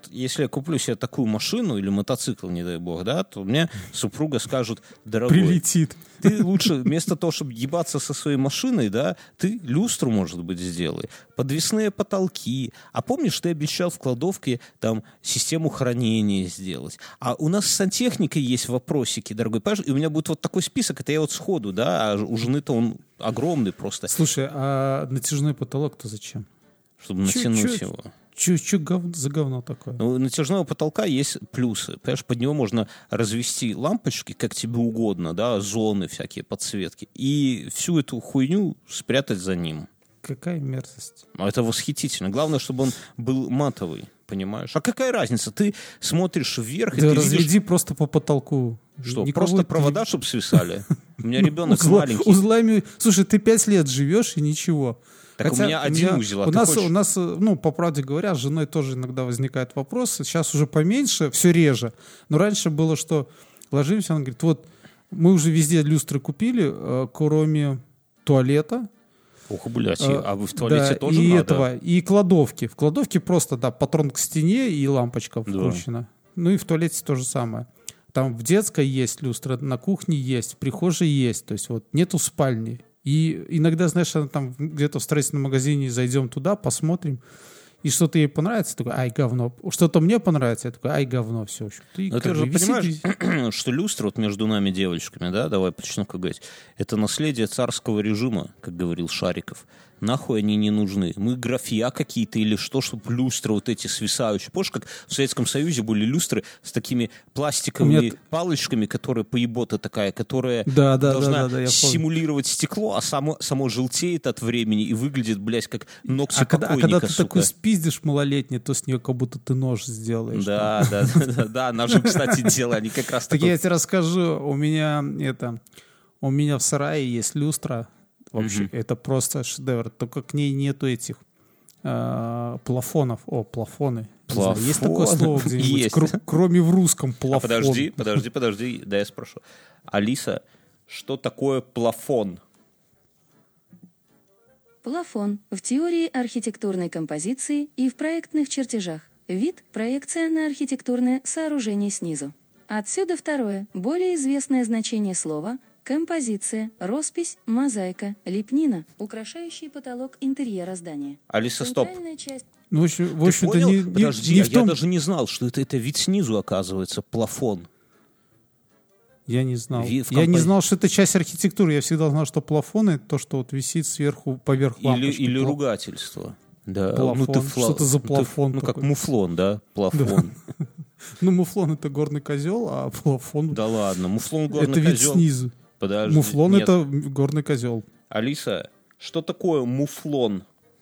вот если я куплю себе такую машину или мотоцикл, не дай бог, да, то мне супруга скажет: дорогой, Прилетит. ты лучше вместо того, чтобы ебаться со своей машиной, да, ты люстру, может быть, сделай, подвесные потолки. А помнишь, ты обещал в кладовке там систему хранения сделать? А у нас с сантехникой есть вопросики, дорогой, понимаешь? И у меня будет вот такой список, это я вот сходу, да, а у жены-то он огромный просто. Слушай, а натяжной потолок-то зачем? Чтобы натянуть Чё- чё- его. Че, че гов... за говно такое? Ну, у натяжного потолка есть плюсы. Понимаешь, под него можно развести лампочки, как тебе угодно, да, зоны всякие, подсветки, и всю эту хуйню спрятать за ним. Какая мерзость. Это восхитительно. Главное, чтобы он был матовый, понимаешь? А какая разница? Ты смотришь вверх, и Да ты разведи видишь... просто по потолку. Что, Никого просто ты- провода, чтобы свисали? У меня ребенок Узла- маленький. Узлами... Слушай, ты пять лет живешь и ничего. Так у меня один узел, а у ты нас, хочешь- у нас, э, ну, по правде говоря, с женой тоже иногда возникает вопрос. Сейчас уже поменьше, все реже. Но раньше было, что ложимся, она говорит, вот мы уже везде люстры купили, э, кроме туалета. Ух, блядь, э, а вы в туалете да, тоже и надо? этого, и кладовки. В кладовке просто, да, патрон к стене и лампочка вкручена. Ну и в туалете то же самое. Там в детской есть люстра, на кухне есть, в прихожей есть. То есть вот нету спальни. И иногда, знаешь, она там где-то в строительном магазине, зайдем туда, посмотрим, и что-то ей понравится, такой, ай, говно. Что-то мне понравится, я такой, ай, говно, все. В общем. Ты, Но ты как же бы, висит, понимаешь, висит. что люстра вот между нами девочками, да, давай начну как говорить, это наследие царского режима, как говорил Шариков. Нахуй они не нужны. Мы графья какие-то или что, чтобы люстры вот эти свисающие. Помнишь, как в Советском Союзе были люстры с такими пластиковыми У меня- палочками, которые поебота такая, которая Да, да, должна да, да, да, я помню. симулировать стекло, а само, само желтеет от времени и выглядит, блядь, как ногти А когда, а покойника, когда ты сука. такой спиздишь малолетний, то с нее как будто ты нож сделаешь. Да, да, да, да, да, ножи, кстати, дело, они как раз Так такой... я тебе расскажу, у меня это, у меня в сарае есть люстра, вообще, Мгм. это просто шедевр, только к ней нету этих э, плафонов, о, плафоны. Не знаю, есть такое Плафон? слово где-нибудь, Есть. Кр- кроме в русском А плафон. подожди, подожди, подожди, да я спрошу. Алиса, что такое плафон? Плафон в теории архитектурной композиции и в проектных чертежах. Вид – проекция на архитектурное сооружение снизу. Отсюда второе, более известное значение слова – композиция, роспись, мозаика, лепнина, украшающий потолок интерьера здания. Алиса, стоп. Центральная часть Ну, в общем, в Ты общем-то, понял? не, не- Подожди, не а в том... я даже не знал, что это, это вид снизу, оказывается, плафон. Я не знал. Ви- в Я не компози- знал, что это часть архитектуры. Я всегда знал, что плафоны — это то, что вот висит сверху, поверх Или, лампочки. или Пла- ругательство. Да. Плафон. Ну, ты фла- Что это за ты- плафон Ну, как такой? муфлон, да? Плафон. Ну, муфлон — это горный козел, а плафон Да ладно, муфлон горный это вид козел. снизу. Подожди. Муфлон нет. это горный козел. Алиса, что такое муфлон?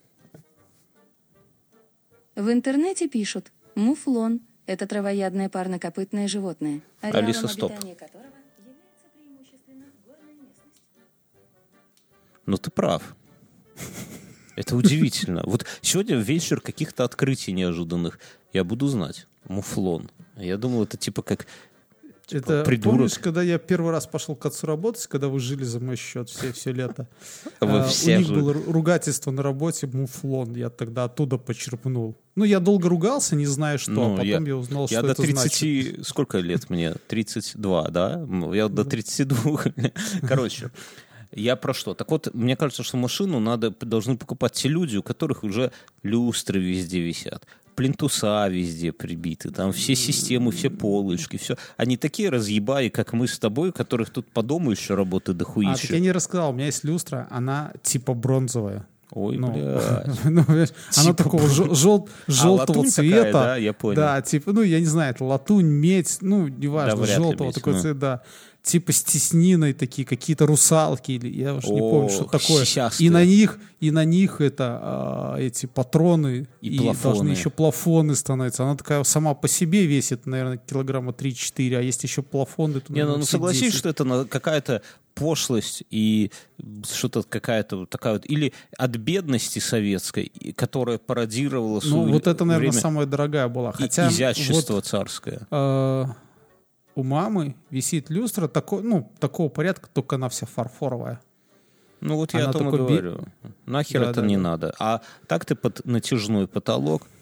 В интернете пишут «муфлон» – это травоядное парнокопытное животное, ареалом Алиса, стоп. обитания которого является преимущественно горная местность. Ну, ты прав. Это удивительно. Вот сегодня вечер каких-то открытий неожиданных. Я буду знать. Муфлон. Я думал, это типа как типа, Это придурок. помнишь, когда я первый раз пошел к отцу работать, когда вы жили за мой счет все, все лето? Вы А, все у них жили. было ру- ругательство на работе муфлон. Я тогда оттуда почерпнул. Ну, я долго ругался, не зная что, Ну, а потом я, узнал, Я что до это значит. тридцати... Сколько лет мне? тридцать два, да? М, Я до тридцати двух. Короче, я про что? Так вот, мне кажется, что машину надо, должны покупать те люди, у которых уже люстры везде висят, плинтуса везде прибиты, там все системы, все полочки, все. Они такие разъебаи, как мы с тобой, у которых тут по дому еще работы А, так я дохуища. не рассказал, у меня есть люстра, она типа бронзовая. Ой, Ну, блядь. ну, понимаешь, она Типа такого жел- жел- желтого латунь такая, цвета. да, я понял. Да, типа, ну, я не знаю, это латунь, медь, ну, Да, неважно, вряд ли желтого медь, такой ну. цвет, да. Типа с тесниной такие, какие-то русалки, или я уж не помню, что Ох, такое. сисястые. И на них, и на них это а, эти патроны, И и, плафоны. должны еще плафоны становятся. Она такая сама по себе весит, наверное, килограмма три-четыре, а есть еще плафоны. тут, Не, ну, наверное, ну все согласись, десять. что это на- какая-то пошлость и что-то какая-то вот такая вот, или от бедности советской, и- которая пародировала Ну, свое вот это, наверное, время, самая дорогая была. и Хотя изящество вот, царское. э, у мамы висит люстра такой, ну, такого порядка, только она вся фарфоровая. Ну вот я она о том и такой би- говорю. Нахер Да, это да, не да. надо. А так ты под натяжной потолок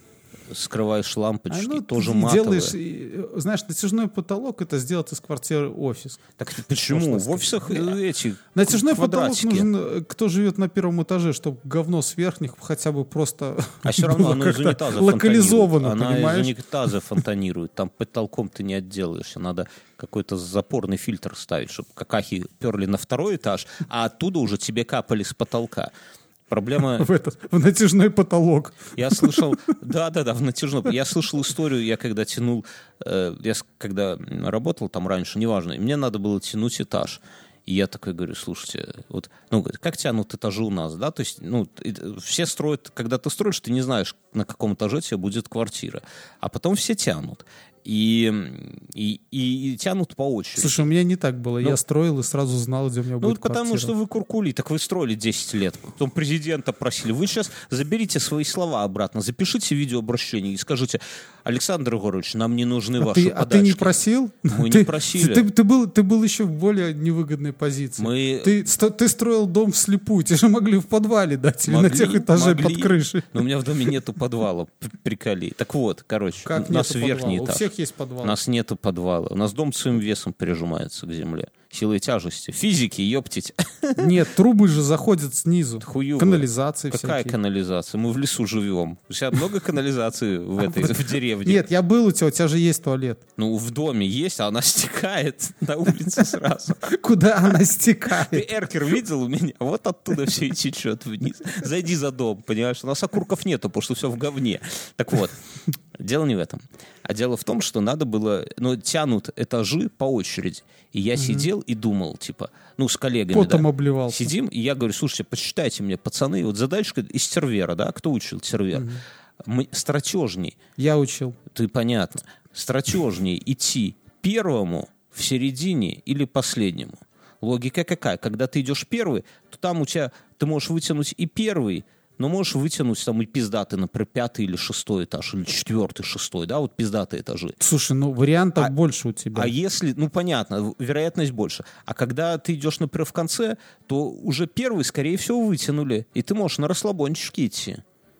скрываешь лампочки, А, ну, тоже ты матовые. делаешь, и, знаешь, натяжной потолок — это сделать из квартиры офис. Так почему? В офисах э, эти Натяжной потолок квадратики. нужен, э, кто живет на первом этаже, чтобы говно с верхних хотя бы просто А все равно было оно из как-то унитаза локализовано, фонтанирует. Она понимаешь? из унитаза фонтанирует. Там потолком ты не отделаешься. Надо какой-то запорный фильтр ставить, чтобы какахи перли на второй этаж, а оттуда уже тебе капали с потолка. Проблема... В, этот, в натяжной потолок. Я слышал... Да-да-да, в натяжной. Я слышал историю, я когда тянул... Э, я с- когда работал там раньше, неважно, и мне надо было тянуть этаж. И я такой говорю, слушайте, вот, ну, говорит, как тянут этажи у нас, да? То есть, ну, и- все строят... Когда ты строишь, ты не знаешь, на каком этаже тебе будет квартира. А потом все тянут. И, и, и, и тянут по очереди. Слушай, у меня не так было. Ну, Я строил и сразу знал, где у меня Ну, будет потому квартира. что вы куркули, так вы строили десять лет. Потом президента просили. Вы сейчас заберите свои слова обратно, запишите видеообращение и скажите: Александр Егорович, нам не нужны А ваши ты, подачки. а ты не просил? Мы ты, не просили. Ты, ты, был, ты был еще в более невыгодной позиции. Мы- Ты, сто- ты строил дом вслепую. Тебе же могли в подвале дать или на Могли, тех этажах могли. под крышей. Но у меня в доме нету подвала. п- Приколи. Так вот, короче, Как у нас нету верхний подвала? этаж. У всех есть подвал. У нас нету подвала. У нас дом своим весом прижимается к земле. Силой тяжести. Физики, ёптить. Нет, трубы же заходят снизу. Хуёво. Канализации Какая всякие. канализация? Мы в лесу живем. У тебя много канализации в этой в деревне? Нет, я был у тебя, у тебя же есть туалет. Ну, в доме есть, а она стекает на улице сразу. Куда она Ты стекает? эркер видел у меня? Вот оттуда все и течет вниз. Зайди за дом, понимаешь? У нас окурков нету, потому что все в говне. Так вот, дело не в этом. А дело в том, что надо было... Ну, тянут этажи по очереди. И я сидел и думал, типа, ну, с коллегами, Потом да. обливался. Сидим, и я говорю, слушайте, посчитайте мне, пацаны, вот задачка из Тервера, да? Кто учил Тервер? Мы стратежней. Я учил. Ты понятно. Стратежнее идти первому, в середине или последнему. Логика какая? Когда ты идешь первый, то там у тебя ты можешь вытянуть и первый, но можешь вытянуть там и пиздатый, например, пятый или шестой этаж, или четвертый, шестой, да, вот пиздатые этажи. Слушай, ну вариантов А- больше у тебя. А если, ну понятно, вероятность больше. А когда ты идешь, например, в конце, то уже первый, скорее всего, вытянули, и ты можешь на расслабончике идти.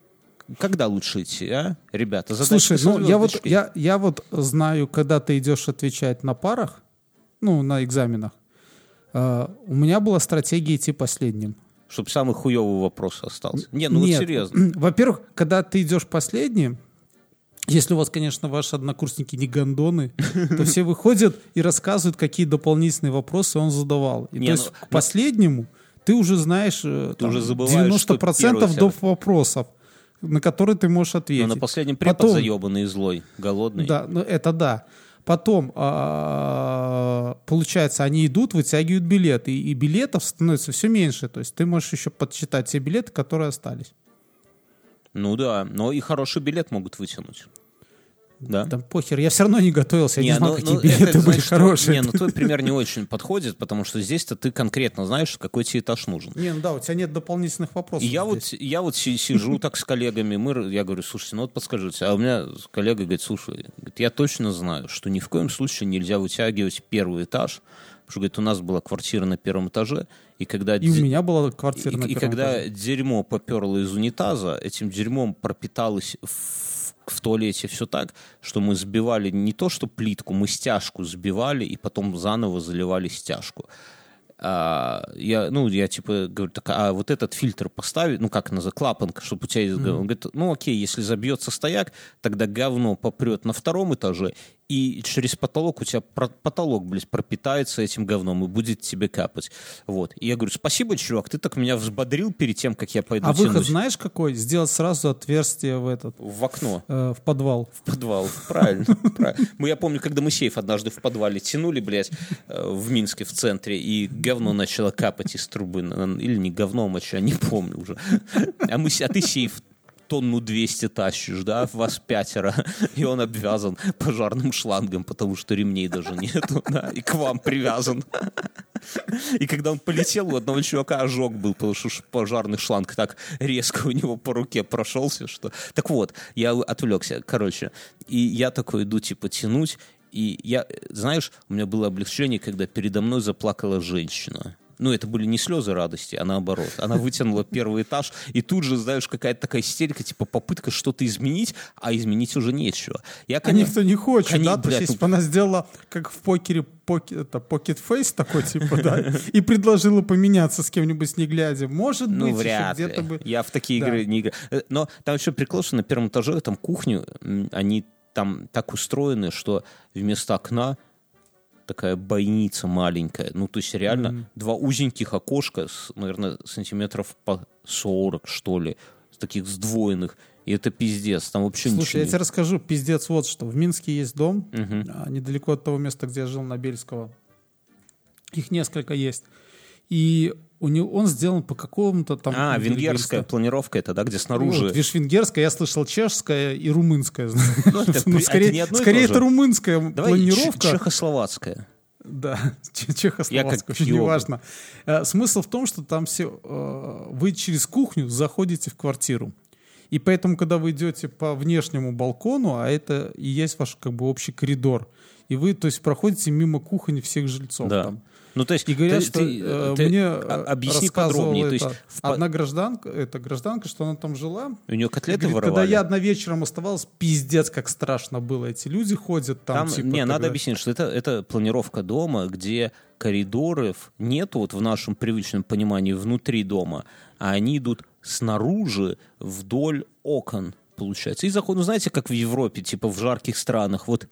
Когда лучше идти, а, ребята? Задачка Слушай, со ну я вот, звездочкой. я, я вот знаю, когда ты идешь отвечать на парах, ну, на экзаменах, э, у меня была стратегия идти последним. Чтобы самый хуёвый вопрос остался. Не, ну Нет. вот серьезно. Во-первых, когда ты идешь последним, если у вас, конечно, ваши однокурсники не гондоны, то все выходят и рассказывают, какие дополнительные вопросы он задавал. И Не, то есть ну, к последнему ты уже знаешь э, там, уже забываешь, девяносто процентов что первый доп. Вопросов, на которые ты можешь ответить. Но на последнем препод Потом- заебанный и злой, голодный. Да, ну это да. Потом, а, получается, они идут, вытягивают билеты, и, и билетов становится все меньше. То есть ты можешь еще подсчитать все билеты, которые остались. Ну да, но и хороший билет могут вытянуть. Да? Там похер, я все равно не готовился, я не, знал, ну- какие ну, билеты это, были значит, хорошие. Не, ну твой пример не очень подходит, потому что здесь-то ты конкретно знаешь, какой тебе этаж нужен. Не, ну да, у тебя нет дополнительных вопросов. И я здесь. вот, я вот си- сижу так с коллегами, мы, р- я говорю, слушайте, ну вот подскажите, а у меня коллега говорит, слушай, говорит, я точно знаю, что ни в коем случае нельзя вытягивать первый этаж, потому что, говорит, у нас была квартира на первом этаже, и когда... И у ди- меня была квартира И, на и первом когда этаже. дерьмо поперло из унитаза, этим дерьмом пропиталось в, в туалете все так, что мы сбивали не то что плитку, мы стяжку сбивали и потом заново заливали стяжку. А, я, ну, я типа говорю, так, а вот этот фильтр поставить, ну, как называется, клапанка, чтобы у тебя... из- Он говорит, ну, окей, если забьется стояк, тогда говно попрет на втором этаже, и через потолок у тебя про- потолок, блядь, пропитается этим говном и будет тебе капать. Вот. И я говорю, спасибо, чувак, ты так меня взбодрил перед тем, как я пойду А выход тянуть знаешь какой? Сделать сразу отверстие в этот, в окно. э, в подвал. В подвал. Правильно. правильно. Мы, я помню, когда мы сейф однажды в подвале тянули, блядь, э, в Минске, в центре, и говно начало капать из трубы. На- Или не говно, моча, не помню уже. А, мы, с- а ты сейф тонну двести тащишь, да, вас пятеро, и он обвязан пожарным шлангом, потому что ремней даже нету, да, и к вам привязан. И когда он полетел, у одного чувака ожог был, потому что пожарный шланг так резко у него по руке прошелся, что... Так вот, я отвлекся, короче, и я такой иду, типа, тянуть, и я, знаешь, у меня было облегчение, когда передо мной заплакала женщина. Ну, это были не слезы радости, а наоборот. Она вытянула первый этаж, и тут же, знаешь, какая-то такая истерика, типа попытка что-то изменить, а изменить уже нечего. Я, А конечно, никто не хочет, Кони- да? То блядь, есть, если ну- бы она сделала, как в покере, поки- это, pocket face такой, типа, да, и предложила поменяться с кем-нибудь не глядя, может Ну, быть, еще вряд ли. где-то бы... Я в такие Да. игры не играю. Э, Но там еще прикол, что на первом этаже, там кухню, м, они там так устроены, что вместо окна такая бойница маленькая. Ну, то есть реально Мгм. два узеньких окошка, с, наверное, сантиметров по сорок, что ли, с таких сдвоенных. И это пиздец. Там вообще Слушай, ничего я не- тебе расскажу, пиздец, вот что. В Минске есть дом, Мгм. а, недалеко от того места, где я жил, на Бельского. Их несколько есть. И у него, он сделан по какому-то там... А, или венгерская бельская. планировка это, да, где снаружи... Вот, видишь, венгерская, я слышал чешская и румынская. Ну, это Ну, при- скорее, это не одно и скорее то же. это румынская Давай планировка. ч- чехословацкая. Да, че- Я чехословацкая, как очень йога. неважно. Э, Смысл в том, что там все... э, Вы через кухню заходите в квартиру. И поэтому, когда вы идете по внешнему балкону, а это и есть ваш как бы общий коридор, и вы, то есть, проходите мимо кухонь всех жильцов Да. там. Ну, то есть, И говорят, ты- что ты- э, ты мне а- э, объясни рассказывала подробнее. То это есть, в по- одна гражданка, это гражданка, что она там жила. у нее И котлеты говорит, воровали? когда я одна вечером оставалась, пиздец, как страшно было. Эти люди ходят там, Там, типа, не, надо когда- объяснить, что это, это планировка дома, где коридоров нету вот в нашем привычном понимании внутри дома, а они идут снаружи вдоль окон, получается. И заход, ну, знаете, как в Европе, типа в жарких странах, вот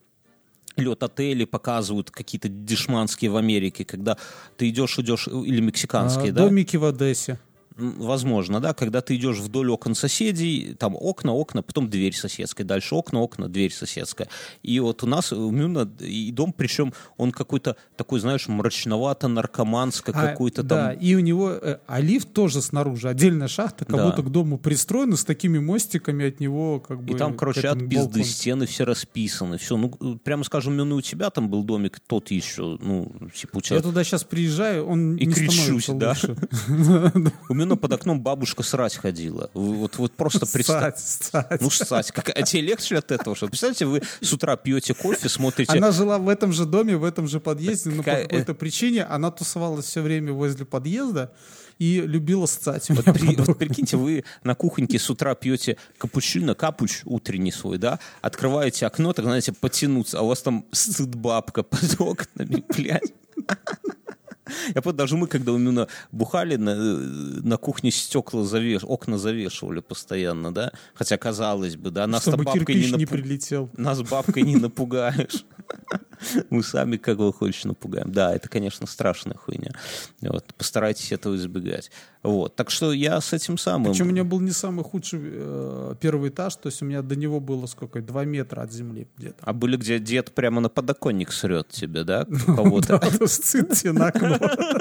лед отели показывают какие-то дешманские в Америке, когда ты идешь, идешь, или мексиканские, А, да? домики в Одессе. М, Возможно, да, когда ты идешь вдоль окон соседей, там окна, окна, потом дверь соседская, дальше окна, окна, дверь соседская. И вот у нас у Мюна и дом, причем он какой-то такой, знаешь, мрачновато-наркоманско А, какой-то да, там... и у него, э, а лифт тоже снаружи, отдельная шахта, как Да. будто к дому пристроена с такими мостиками от него, как бы. И там, к короче, от этому пизды балкону. стены все расписаны. Все, ну, прямо скажем, Мюна, у тебя там был домик, тот еще, ну, типа у тебя... Я туда сейчас приезжаю, он И не кричусь, становится да? лучше. У Мюна под окном бабушка срать ходила. Вот, вот просто представь. Ссать, ссать. Ну, ссать. Как... А тебе легче от этого? Что? Представляете, вы с утра пьете кофе, смотрите... Она жила в этом же доме, в этом же подъезде, но Какая- по какой-то причине она тусовалась все время возле подъезда и любила ссать. у Вот, меня при- под вот прикиньте, вы на кухоньке с утра пьете капучино, капуч утренний свой, да, открываете окно, так, знаете, потянуться, а у вас там сцит-бабка под окнами, блядь. Я помню, даже мы, когда у Мюна бухали, на, на кухне стекла завеш... окна завешивали постоянно, да, хотя, казалось бы, да, нас чтобы бабкой кирпич не, не напу- прилетел. нас бабкой не напугаешь. Мы сами кого хочешь напугаем. Да, это, конечно, страшная хуйня. Вот. Постарайтесь этого избегать. Вот. Так что я с этим самым... Причем у меня был не самый худший э, первый этаж, то есть у меня до него было сколько, два метра от земли где-то. А были, где дед прямо на подоконник срет тебе, да? У кого-то. Да, сцит тебе на окно.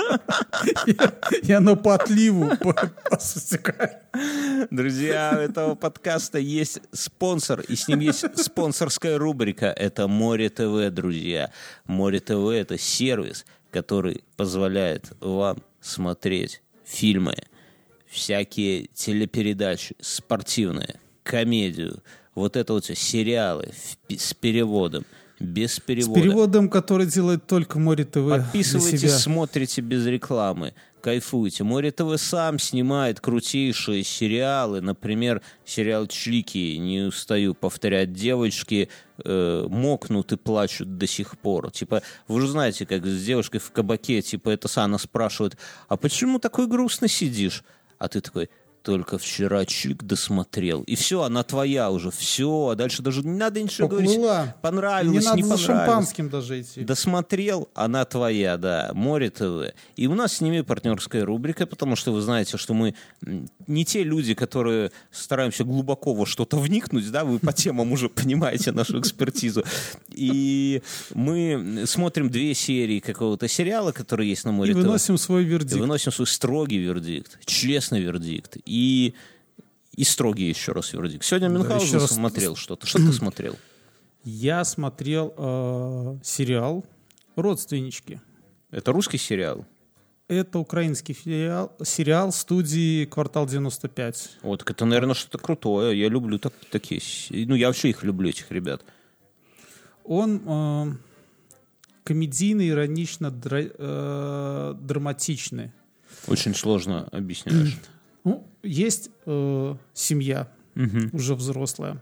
Я- Я на по отливу по- посутекаю. Друзья, у этого подкаста есть спонсор, и с ним есть спонсорская рубрика. Это Море ТВ, друзья. Море ТВ — это сервис, который позволяет вам смотреть фильмы, всякие телепередачи, спортивные, комедию, вот это вот все сериалы в пи- с переводом, без С перевода. переводом, который делает только Море ТВ для Подписывайтесь, себя. смотрите без рекламы, кайфуйте. Море ТВ сам снимает крутейшие сериалы. Например, сериал «Члики», не устаю повторять, девочки э, мокнут и плачут до сих пор. Типа, вы же знаете, как с девушкой в кабаке, типа, это Сана спрашивает, а почему такой грустно сидишь? А ты такой... Только вчера Чик досмотрел. И все, она твоя уже. Все, а дальше даже не надо ничего говорить. Поплыла. И Понравилось, не не, надо за понравилось. шампанским даже идти. Досмотрел, она твоя, да, Море ТВ. И у нас с ними партнерская рубрика, потому что вы знаете, что мы м, не те люди, которые стараемся глубоко во что-то вникнуть, да, вы по темам уже понимаете нашу экспертизу. И мы смотрим две серии какого-то сериала, который есть на Море И ТВ. выносим свой И вердикт. выносим свой строгий вердикт, честный вердикт. И, и строгий еще раз вердикт. Сегодня Да, Мюнхгаузен еще раз. смотрел что-то. Что ты смотрел? Я смотрел э, сериал «Родственнички». Это русский сериал? Это украинский сериал, сериал студии «Квартал девяносто пять». Вот, так это, наверное, что-то крутое. Я люблю так, такие... с- Ну, я вообще их люблю, этих ребят. Он э, комедийный, иронично, дра- э, драматичный. Очень сложно объясняешь. Ну, есть э, семья, Мгм. уже взрослая.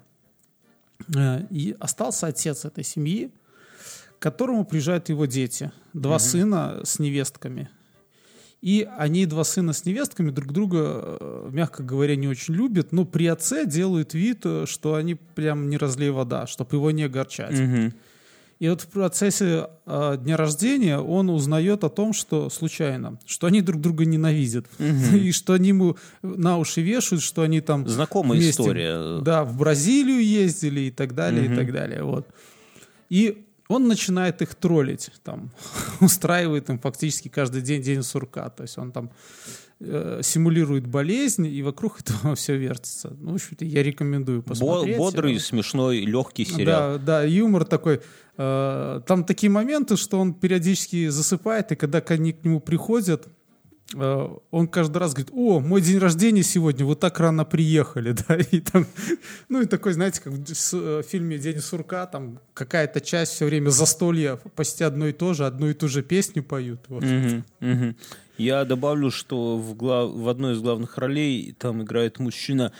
Э, и остался отец этой семьи, к которому приезжают его дети. Два сына с невестками. И они, два сына с невестками, друг друга, э, мягко говоря, не очень любят, но при отце делают вид, э, что они прям не разлей вода, чтобы его не огорчать. Мгм. И вот в процессе э, дня рождения он узнает о том, что случайно, что они друг друга ненавидят. И что они ему на уши вешают, что они там Знакомая вместе, история. да, в Бразилию ездили и так далее, и так далее. Вот. И он начинает их троллить, там, устраивает им фактически каждый день день сурка. То есть он там э, симулирует болезнь, и вокруг этого все вертится. Ну, в общем-то, я рекомендую Бо- посмотреть. бодрый, смешной, легкий сериал. Да, да, юмор такой. э, Там такие моменты, что он периодически засыпает, и когда они к нему приходят, э, он каждый раз говорит: о, мой день рождения сегодня, вы так рано приехали, да, и там, ну и такой, знаете, как в с- э, фильме «День сурка», там какая-то часть все время застолья, почти одно и то же, одну и ту же песню поют, вот. Мгм, мгм. Я добавлю, что в, глав- в одной из главных ролей там играет мужчина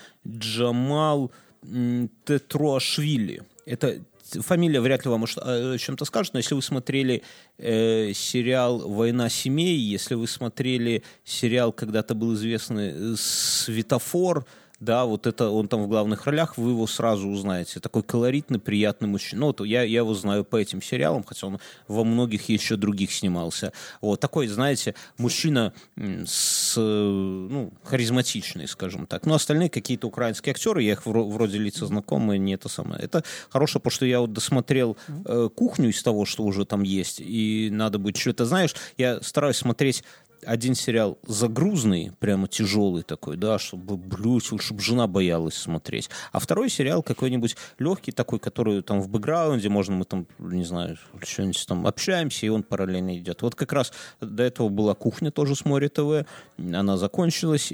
Джамал м, Тетруашвили. Это т- фамилия вряд ли вам может о чем-то скажет, но если вы смотрели э, сериал «Война семей», если вы смотрели сериал, когда-то был известный э, «Светофор», да, вот это он там в главных ролях, вы его сразу узнаете. Такой колоритный, приятный мужчина. Ну, вот я, я его знаю по этим сериалам, хотя он во многих еще других снимался. Вот такой, знаете, мужчина м, с, э, ну, харизматичный, скажем так. Но остальные какие-то украинские актеры, я их вро- вроде лица знакомые, не это самое. Это хорошо, потому что я вот досмотрел э, «Кухню» из того, что уже там есть, и надо будет что-то, знаешь, я стараюсь смотреть один сериал загрузный, прямо тяжелый такой, да, чтобы, блюдь, чтобы жена боялась смотреть. А второй сериал какой-нибудь легкий такой, который там в бэкграунде, можно мы там, не знаю, что-нибудь там общаемся, и он параллельно идет. Вот как раз до этого была «Кухня» тоже с Море ТВ, она закончилась,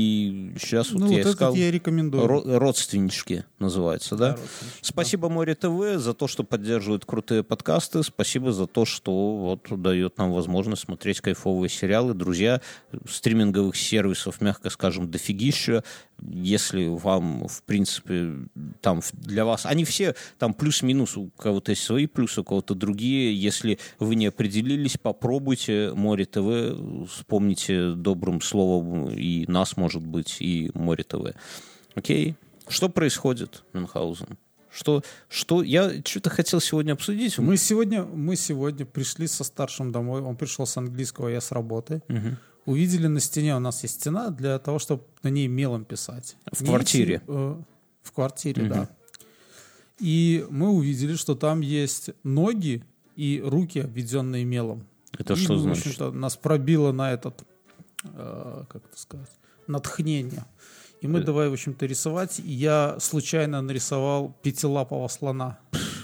и сейчас вот Ну, я вот этот искал... я рекомендую. Ро- «Родственнички» называется, да? Да, «Родственнички», Спасибо Море ТВ за то, что поддерживает крутые подкасты. Спасибо за то, что вот дает нам возможность смотреть кайфовые сериалы. Друзья, стриминговых сервисов, мягко скажем, дофигища. Если вам, в принципе, там для вас... Они все там плюс-минус, у кого-то есть свои плюсы, у кого-то другие. Если вы не определились, попробуйте Море ТВ, вспомните добрым словом и нас, может быть, и Море ТВ. Окей? Что происходит, Мюнхгаузен? Что, что я что-то хотел сегодня обсудить. Мы сегодня, мы сегодня пришли со старшим домой. Он пришел с английского, я с работы. Мгм. Увидели на стене, у нас есть стена для того, чтобы на ней мелом писать. В Не квартире? эти, э, в квартире, Мгм. да. И мы увидели, что там есть ноги и руки, обведенные мелом. Это И, что в значит? общем-то, нас пробило на этот, э, как это сказать, натхнение. И мы Э. давай, в общем-то, рисовать. И я случайно нарисовал пятилапого слона.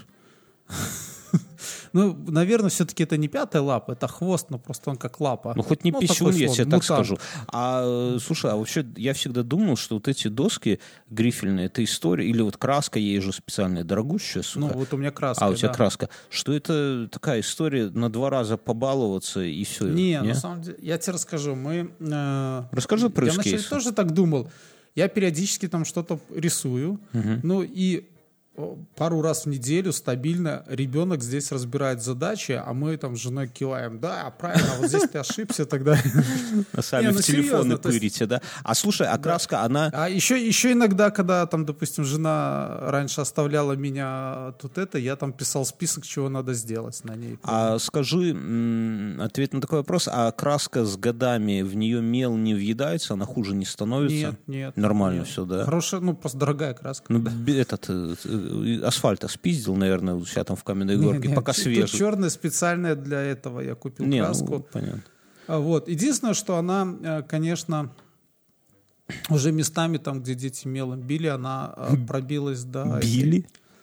Ну, наверное, все-таки это не пятая лапа, это хвост, но просто он как лапа. Ну, хоть не Ну, писюн, такой я слон, тебе так мутант. скажу. А, э, слушай, а вообще я всегда думал, что вот эти доски грифельные, это история, или вот краска, ей же специальная, дорогущая, сука. Ну, вот у меня краска. а, у тебя да. краска. Что это такая история, на два раза побаловаться и все? Не, на самом деле, я тебе расскажу. Мы, э, Расскажи про Я вначале эскейсы. тоже так думал. Я периодически там что-то рисую. Ну и о, пару раз в неделю стабильно ребенок здесь разбирает задачи, а мы там с женой киваем. Да, правильно, вот здесь ты ошибся тогда. А сами Не, в ну, телефоны серьезно, то есть- пырите, да? А слушай, а краска, она... А еще, еще иногда, когда там, допустим, жена раньше оставляла меня тут это, я там писал список, чего надо сделать на ней. А скажи, м, ответ на такой вопрос, а краска с годами, в нее мел не въедается, она хуже не становится? Нет, нет. Нормально нет. все, да? Хорошая, ну, просто дорогая краска. Ну, да. б- этот, э, э, асфальта спиздил, наверное, у себя там в Каменной Не, Горке, не, пока тут свежий. черная специальная для этого я купил Не, краску. ну, понятно. А Вот. Единственное, что она, э, конечно, уже местами там, где дети мелом били, она э, пробилась до... Били?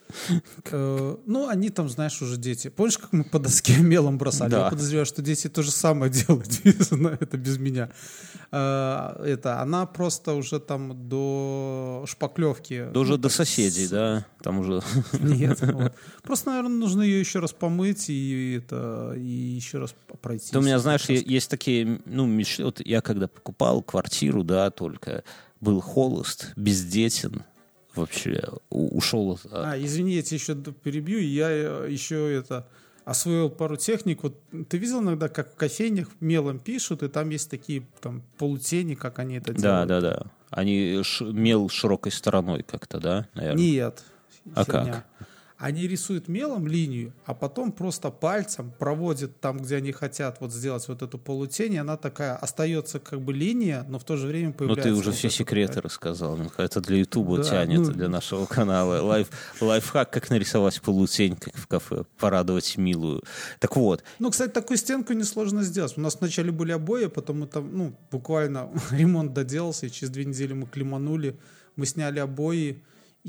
Э, Ну, они там, знаешь, уже дети. Помнишь, как мы по доске мелом бросали? Да. Я подозреваю, что дети то же самое делают, но это без меня. Э, Это, она просто уже там до шпаклевки. Да уже ну, до так, соседей, с- да? Там уже... Нет. вот. Просто, наверное, нужно ее еще раз помыть и, это, и еще раз пройти. Ты у меня, знаешь, е- есть такие, ну, мечты. Вот я когда покупал квартиру, да, только был холост, бездетен, вообще у- ушел. от- А, извини, я тебя еще д- перебью. Я э, еще это освоил пару техник. Вот ты видел иногда, как в кофейнях мелом пишут, и там есть такие там полутени, как они это Да, делают? да, да. Они ш- мел широкой стороной как-то, да, наверное? Нет. А херня. как? Они рисуют мелом линию, а потом просто пальцем проводят там, где они хотят вот сделать вот эту полутень, и она такая остается как бы линия, но в то же время Ну, появляется... ты уже вот все эта секреты такая- рассказал. Миха. Это для Ютуба Да, тянет, ну- для нашего канала. Лайф, лайфхак, как нарисовать полутень, как в кафе, порадовать милую. Так вот, Ну, кстати, такую стенку несложно сделать. У нас вначале были обои, потом мы там, ну, буквально ремонт доделался, и через две недели мы клеманули, мы сняли обои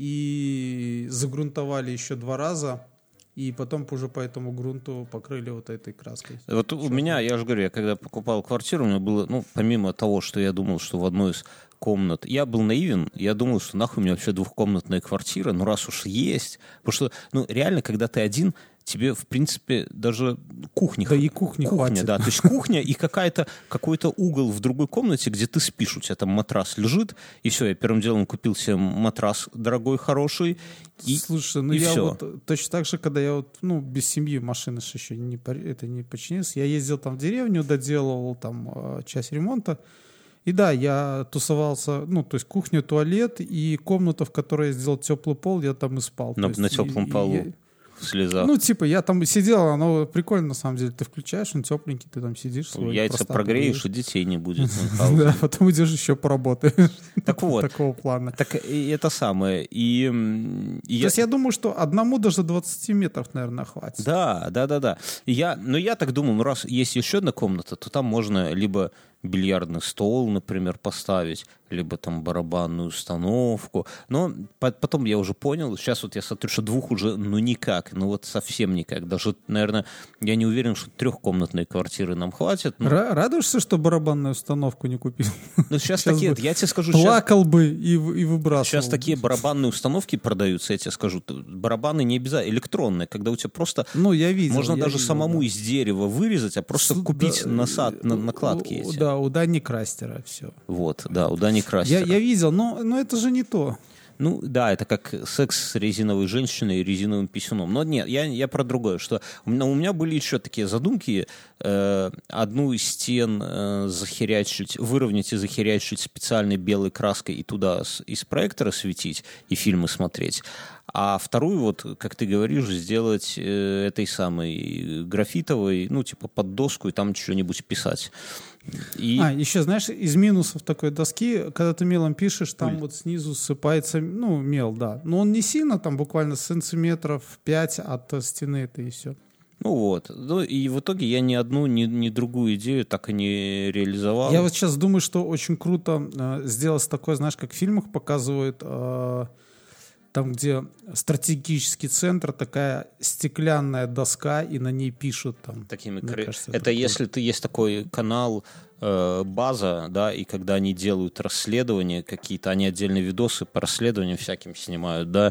и загрунтовали еще два раза, и потом уже по этому грунту покрыли вот этой краской. вот у меня, я же говорю, я когда покупал квартиру, у меня было, ну, помимо того, что я думал, что в одной из комнат, я был наивен, я думал, что нахуй мне вообще двухкомнатная квартира, ну, раз уж есть, потому что, ну, реально, когда ты один, тебе, в принципе, даже кухни Да и кухни кухня, хватит. да, то есть кухня и какая-то, какой-то угол в другой комнате, где ты спишь, у тебя там матрас лежит, и все, я первым делом купил себе матрас дорогой, хороший, и, Слушай, ну и я всё. вот э, точно так же, когда я вот, ну, без семьи машины ж еще не, пор- это не починился, я ездил там в деревню, доделывал там э, часть ремонта, и да, я тусовался, ну, то есть кухня, туалет и комната, в которой я сделал теплый пол, я там и спал. на, То есть на и- теплом и полу я- в слезах. Ну, типа, я там сидел, оно прикольно, на самом деле. Ты включаешь, он тепленький, ты там сидишь. свой Яйца простак прогреешь, и ешь. детей не будет. Мюнхгаузен. Да, потом идешь еще поработаешь. Так вот. Такого плана. Так и это самое. И, м, и То есть я думаю, что одному даже двадцати метров, наверное, хватит. Да, да, да, да. И я, но я так думал, ну раз есть еще одна комната, то там можно либо бильярдный стол, например, поставить, либо там барабанную установку. Но по- потом я уже понял, сейчас вот я смотрю, что двух уже, ну никак, ну вот совсем никак. Даже, наверное, я не уверен, что трехкомнатной квартиры нам хватит. Но, Ра- Радуешься, что барабанную установку не купил? но сейчас, Сейчас такие, бы я тебе скажу, сейчас, Плакал бы и, в- и выбрасывал. сейчас такие барабанные установки продаются, я тебе скажу. Барабаны не обязательно, электронные, когда у тебя просто Ну, я видел. можно я даже видел, самому да. из дерева вырезать, а просто С- купить да, насад, на, э, накладки у- эти. Да, у Дани Крастера все. Вот, да, у Дани Я, Крастера. я видел, но, но это же не то. Ну, да, это как секс с резиновой женщиной и резиновым писюном. Но нет, я, я про другое, что у меня, у меня были еще такие задумки. Э, одну из стен э, захерячить, выровнять и захерячить специальной белой краской и туда с, из проектора светить и фильмы смотреть. А вторую, вот, как ты говоришь, сделать э, этой самой графитовой, ну, типа под доску и там что-нибудь писать. И... А, еще, знаешь, из минусов такой доски, когда ты мелом пишешь, там вот снизу ссыпается, ну, мел, да. Но он не сильно, там буквально сантиметров пять от э, стены, это и все. Ну вот. Ну, и в итоге я ни одну, ни, ни другую идею так и не реализовал. Я вот сейчас думаю, что очень круто э, сделать такое, знаешь, как в фильмах показывают, э, там, где стратегический центр, такая стеклянная доска, и на ней пишут там. Такими Мне кре- кажется, это это если ты есть такой канал э, База, да, и когда они делают расследования какие-то, они отдельные видосы по расследованиям всяким снимают, да,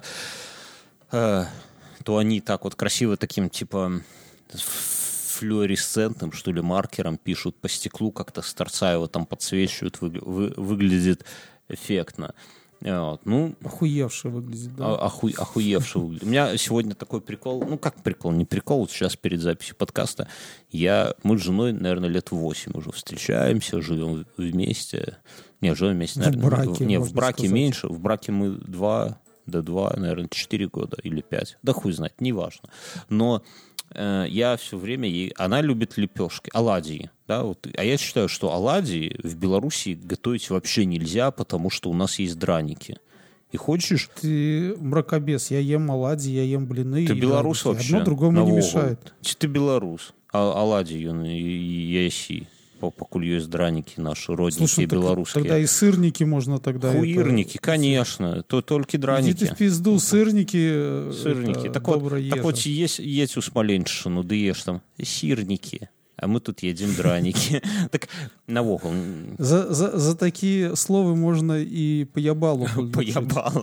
э, то они так вот красиво таким типа флуоресцентным, что ли, маркером пишут по стеклу, как-то с торца его там подсвечивают, вы- вы- выглядит эффектно. Вот. Ну, Охуевший выглядит, да. А- оху- охуевший выглядит. У меня сегодня такой прикол, ну как прикол, не прикол, вот сейчас перед записью подкаста, я, мы с женой, наверное, лет восемь уже встречаемся, живем вместе, не, живем вместе, В наверное, браке, не, в можно браке сказать. меньше, в браке мы два, да два, наверное, четыре года или пять, да хуй знает, неважно, но э, я все время ей, она любит лепешки, оладьи, да, вот, а я считаю, что оладьи в Беларуси готовить вообще нельзя, потому что у нас есть драники. И хочешь, Ты мракобес, я ем оладьи, я ем блины. ты и белорус галбики. вообще? Одно другому на не Волгу. мешает. Чи Ты белорус, а оладьи я еси. покуль есть драники наши, родники Слушай, так белорусские. тогда и сырники можно тогда... Хуирники, это... конечно, то только драники. Иди ты в пизду, сырники... Сырники. Так вот, так вот есть, есть у Смоленщину, да ешь там сирники. А мы тут едем драники. Так, навогул. За, за, за такие слова можно и поябалу. Поябало.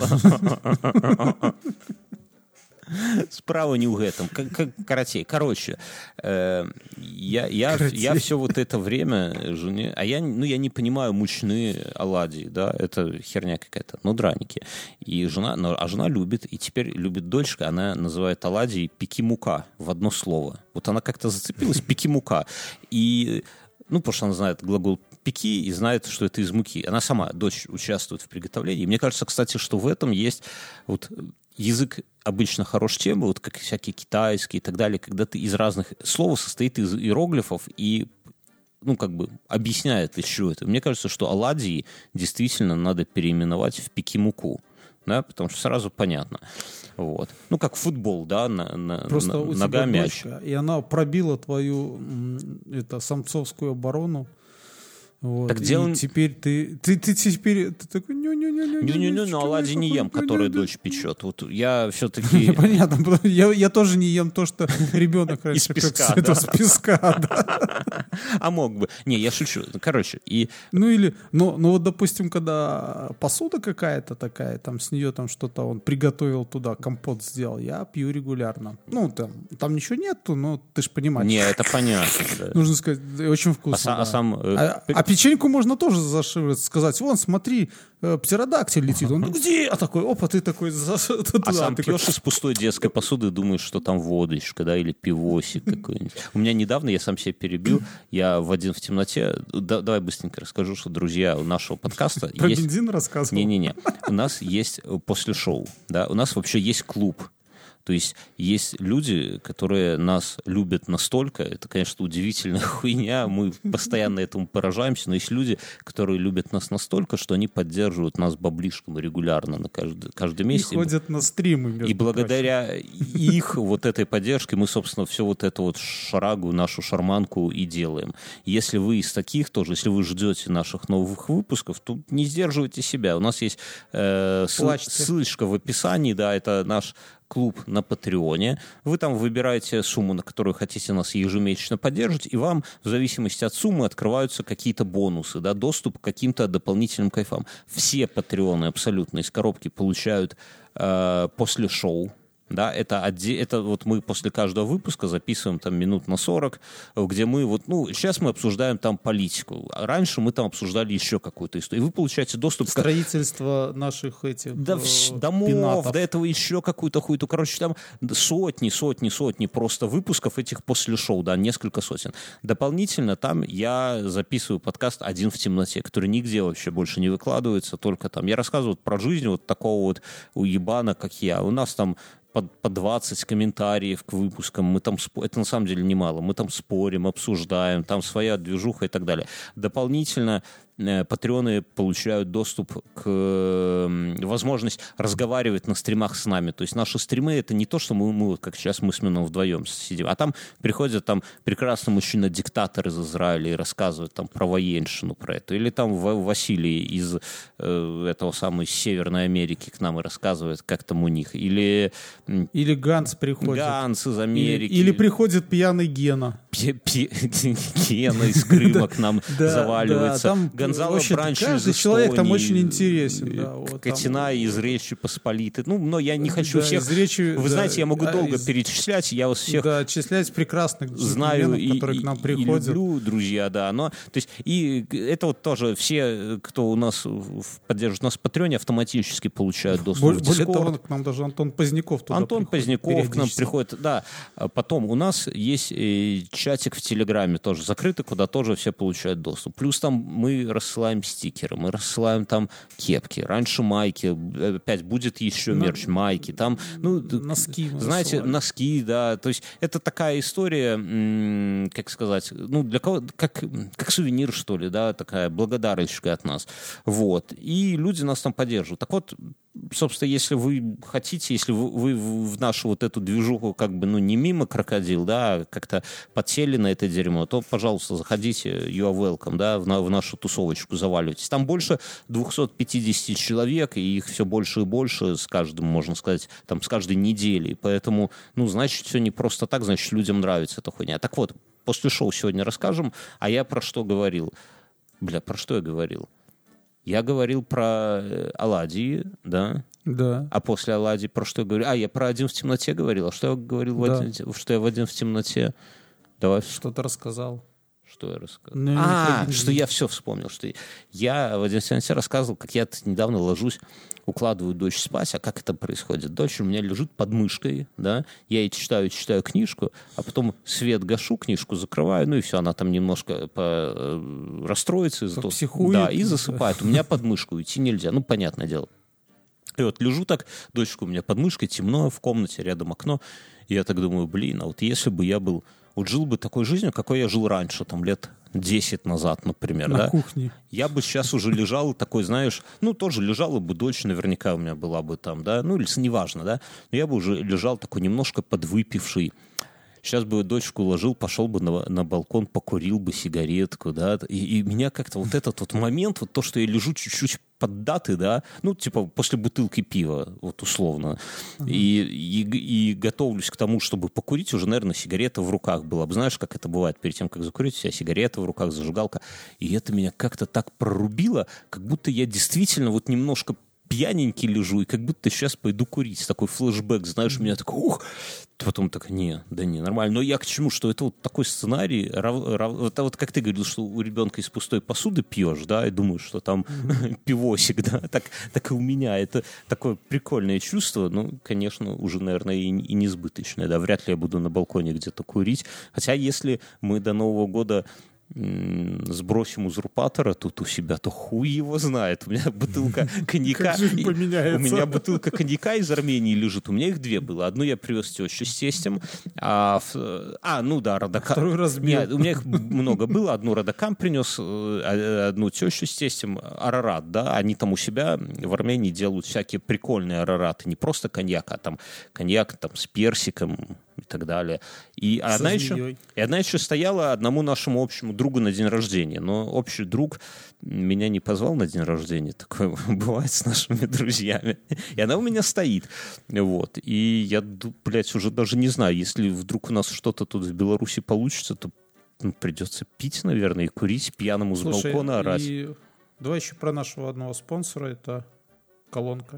Справа не у гэтым. Карацей. Короче, э, я, я, я все вот это время жене... А я, ну, я не понимаю мучные оладьи, да, это херня какая-то, ну, драники. И жена, ну, а жена любит, и теперь любит дочка, она называет оладьи пики-мука в одно слово. Вот она как-то зацепилась, пики-мука. И... Ну, потому что она знает глагол «пеки» и знает, что это из муки. Она сама, дочь, участвует в приготовлении. Мне кажется, кстати, что в этом есть... Вот язык обычно хорош тем, вот как всякие китайские и так далее, когда ты из разных... Слово состоит из иероглифов и, ну, как бы объясняет, из чего это. Мне кажется, что оладьи действительно надо переименовать в пеки-муку. Да, потому что сразу понятно. Вот. Ну, как футбол, да, на, на, Просто на, у нога тебя мяч. дочка, и она пробила твою это, самцовскую оборону. Вот. Так и делаем... теперь ты, ты, ты теперь ты такой ню-ню-ню-ню. Ню-ню-ню, но оладьи не ем, которые дочь печет. Вот я все-таки... Понятно, я, я тоже не ем то, что ребенок раньше... Из песка, как, да? Это с песка, да. А мог бы. Не, я шучу. Короче, и... Ну или, ну, ну вот, допустим, когда посуда какая-то такая, там с нее там что-то он приготовил туда, компот сделал, я пью регулярно. Ну, там, там ничего нету, но ты ж понимаешь. Не, это понятно. Да. Нужно сказать, очень вкусно. А, да. а сам... Э, а, а печеньку можно тоже зашивать, сказать, вон, смотри, э, птеродактиль летит. Он, где? А такой, опа, ты такой... За, туда, а сам такой... пьешь из пустой детской посуды и думаешь, что там водочка, да, или пивосик какой-нибудь. У меня недавно, я сам себя перебил, я в «Один в темноте», да, давай быстренько расскажу, что, друзья, у нашего подкаста Про есть... бензин рассказывал? Не-не-не, у нас есть после шоу, да, у нас вообще есть клуб. То есть есть люди, которые нас любят настолько, это, конечно, удивительная хуйня, мы постоянно этому поражаемся, но есть люди, которые любят нас настолько, что они поддерживают нас баблишком регулярно на каждый, каждый месяц. И ходят на стримы, между И благодаря прочим. их вот этой поддержке мы, собственно, все вот эту вот шарагу, нашу шарманку и делаем. Если вы из таких тоже, если вы ждете наших новых выпусков, то не сдерживайте себя. У нас есть э, ссыл, ссылочка в описании, да, это наш клуб на Патреоне. Вы там выбираете сумму, на которую хотите нас ежемесячно поддерживать, и вам в зависимости от суммы открываются какие-то бонусы, да, доступ к каким-то дополнительным кайфам. Все патреоны абсолютно из коробки получают э, после шоу. Да, это, это вот мы после каждого выпуска записываем там минут на сорок, где мы вот, ну, сейчас мы обсуждаем там политику, а раньше мы там обсуждали еще какую-то историю. И вы получаете доступ к... Строительство наших этих да, э, домов, пенатов. до этого еще какую-то хуйту. Короче, там сотни, сотни, сотни просто выпусков этих после шоу, да, несколько сотен. Дополнительно там я записываю подкаст «Один в темноте», который нигде вообще больше не выкладывается, только там. Я рассказываю про жизнь вот такого вот уебана, как я. У нас там по, по двадцать комментариев к выпускам, мы там, это на самом деле немало, мы там спорим, обсуждаем, там своя движуха и так далее. Дополнительно э, патреоны получают доступ к э, возможность разговаривать на стримах с нами. То есть наши стримы — это не то, что мы, мы как сейчас мы с Мином вдвоем сидим, а там приходят там прекрасный мужчина-диктатор из Израиля и рассказывает там про военщину, про это. Или там Василий из э, этого самой Северной Америки к нам и рассказывает, как там у них. Или Или Ганс приходит. Ганс из Америки. Или, или приходит пьяный Гена. Гена из Крыма к нам заваливается. Гонзало Бранч из каждый человек там очень интересен. Катина из Речи Посполитой. Ну, но я не хочу всех... Вы знаете, я могу долго перечислять, я вас всех... Да, числять прекрасных знаю и, которые к нам приходят. И люблю, друзья, да. Но, то есть, и это вот тоже все, кто у нас поддерживает нас в Патреоне, автоматически получают доступ Более, в Discord. Более того, к нам даже Антон Поздняков туда Антон приходит, Поздняков к нам приходит, да. Потом у нас есть э, чатик в Телеграме тоже закрытый, куда тоже все получают доступ. Плюс там мы рассылаем стикеры, мы рассылаем там кепки. Раньше майки, опять будет еще На, мерч, майки. Там, ну, носки. Знаете, рассылаем. носки, да. То есть это такая история, м- как сказать, ну, для кого, как, как сувенир, что ли, да, такая благодарочка от нас. Вот. И люди нас там поддерживают. Так вот, собственно, если вы хотите, если вы, вы в нашу вот эту движуху как бы, ну, не мимо крокодил, да, а как-то подсели на это дерьмо, то, пожалуйста, заходите, you are welcome, да, в, на, в нашу тусовочку заваливайтесь. Там больше двести пятьдесят человек, и их все больше и больше с каждым, можно сказать, там, с каждой недели. Поэтому, ну, значит, все не просто так, значит, людям нравится эта хуйня. Так вот, после шоу сегодня расскажем, а я про что говорил? Бля, про что я говорил? Я говорил про оладьи, да? Да. А после оладий про что я говорил? А, я про «Один в темноте» говорил. А что я говорил? Да. В один, что я в «Один в темноте»? Давай. Что-то рассказал. Что я рассказал? Ну, а, не что я все вспомнил. Что я в «Один в темноте» рассказывал, как я недавно ложусь, укладываю дочь спать. А как это происходит? Дочь у меня лежит под мышкой, да? Я ей читаю, читаю книжку, а потом свет гашу, книжку закрываю, ну и все, она там немножко по... расстроится. Из-за того, да, и засыпает. У меня под мышкой уйти нельзя. Ну, понятное дело. И вот лежу так, дочка у меня под мышкой, темно, в комнате, рядом окно. И я так думаю, блин, а вот если бы я был, вот жил бы такой жизнью, какой я жил раньше, там лет десять назад, например, На да? кухне. Я бы сейчас уже лежал такой, знаешь, ну, тоже лежала бы дочь, наверняка у меня была бы там, да, ну, или неважно, да, но я бы уже лежал такой немножко подвыпивший. Сейчас бы дочку уложил, пошел бы на, на балкон, покурил бы сигаретку, да, и, и меня как-то вот этот вот момент, вот то, что я лежу чуть-чуть поддатый, да, ну, типа после бутылки пива, вот условно, uh-huh. и, и, и готовлюсь к тому, чтобы покурить, уже, наверное, сигарета в руках была бы. Знаешь, как это бывает перед тем, как закурить, у тебя сигарета в руках, зажигалка, и это меня как-то так прорубило, как будто я действительно вот немножко пьяненький лежу, и как будто сейчас пойду курить. Такой флешбэк, знаешь, у меня такой, ух, потом так, не, да не, нормально. Но я к чему, что это вот такой сценарий, рав, рав, это вот как ты говорил, что у ребенка из пустой посуды пьешь, да, и думаешь, что там mm-hmm. пивосик, да, так, так и у меня. Это такое прикольное чувство, ну, конечно, уже, наверное, и, и несбыточное, да, вряд ли я буду на балконе где-то курить. Хотя, если мы до Нового года сбросим узурпатора тут у себя, то хуй его знает. У меня бутылка коньяка... У меня бутылка коньяка из Армении лежит. У меня их две было. Одну я привез тещу с тестем. А, а ну да, Родокам. Второй разбил. Нет, у меня их много было. Одну Родокам принес, одну тещу с тестем. Арарат, да. Они там у себя в Армении делают всякие прикольные арараты. Не просто коньяк, а там коньяк там, с персиком и так далее. И одна, еще, и одна еще стояла одному нашему общему другу на день рождения. Но общий друг меня не позвал на день рождения. Такое бывает с нашими друзьями. И она у меня стоит. Вот. И я, блядь, уже даже не знаю, если вдруг у нас что-то тут в Беларуси получится, то ну, придется пить, наверное, и курить, пьяному с Слушай, балкона орать. И давай еще про нашего одного спонсора. Это колонка.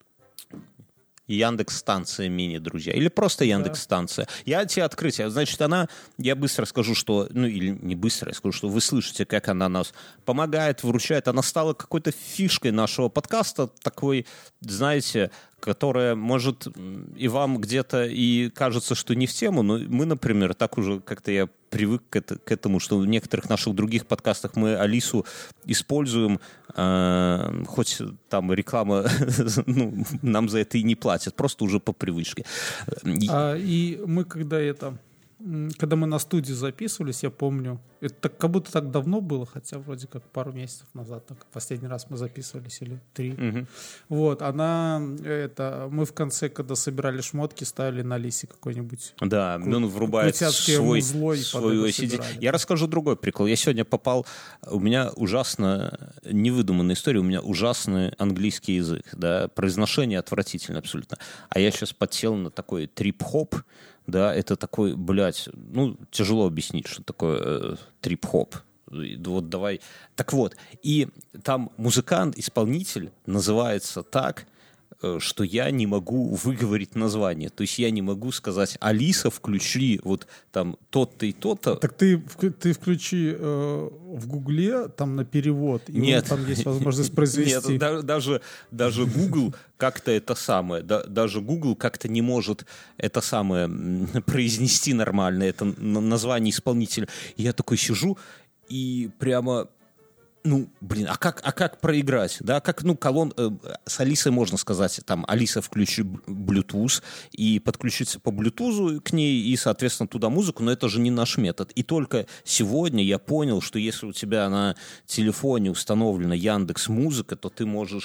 Яндекс-станция мини, друзья. Или просто Яндекс-станция. Да. Я тебе открытие. Значит, она... Я быстро скажу, что... Ну, или не быстро, я скажу, что вы слышите, как она нас помогает, выручает. Она стала какой-то фишкой нашего подкаста. Такой, знаете, которая, может, и вам где-то и кажется, что не в тему, но мы, например, так уже как-то я привык к, это, к этому, что в некоторых наших других подкастах мы Алису используем, э, хоть там реклама ну, нам за это и не платят, просто уже по привычке. А, и мы когда это... Когда мы на студии записывались, я помню, это так, как будто так давно было, хотя вроде как пару месяцев назад, так последний раз мы записывались, или три. Угу. Вот, она, это, мы в конце, когда собирали шмотки, ставили на Лисе какой-нибудь... Да, ку- он врубает свой, свой си ди. Я расскажу другой прикол. Я сегодня попал, у меня ужасно невыдуманная история, у меня ужасный английский язык, да, произношение отвратительное абсолютно. А я сейчас подсел на такой трип-хоп. Да, это такой, блядь, ну, тяжело объяснить, что такое э, трип-хоп. Вот давай. Так вот, и там музыкант, исполнитель называется так, э, что я не могу выговорить название. То есть я не могу сказать: Алиса, включи вот там тот-то и то-то. Так ты, ты включи э, в Гугле, там на перевод, и нет, там есть возможность произвести. Нет, да, даже, даже Google как-то это самое, да, даже Google как-то не может это самое произнести нормально, это название исполнителя. И я такой сижу и прямо... Ну, блин, а как, а как проиграть? Да, как, ну, колон... Э, с Алисой можно сказать, там, Алиса, включи Bluetooth, и подключиться по Bluetooth к ней, и, соответственно, туда музыку, но это же не наш метод. И только сегодня я понял, что если у тебя на телефоне установлена Яндекс.Музыка, то ты можешь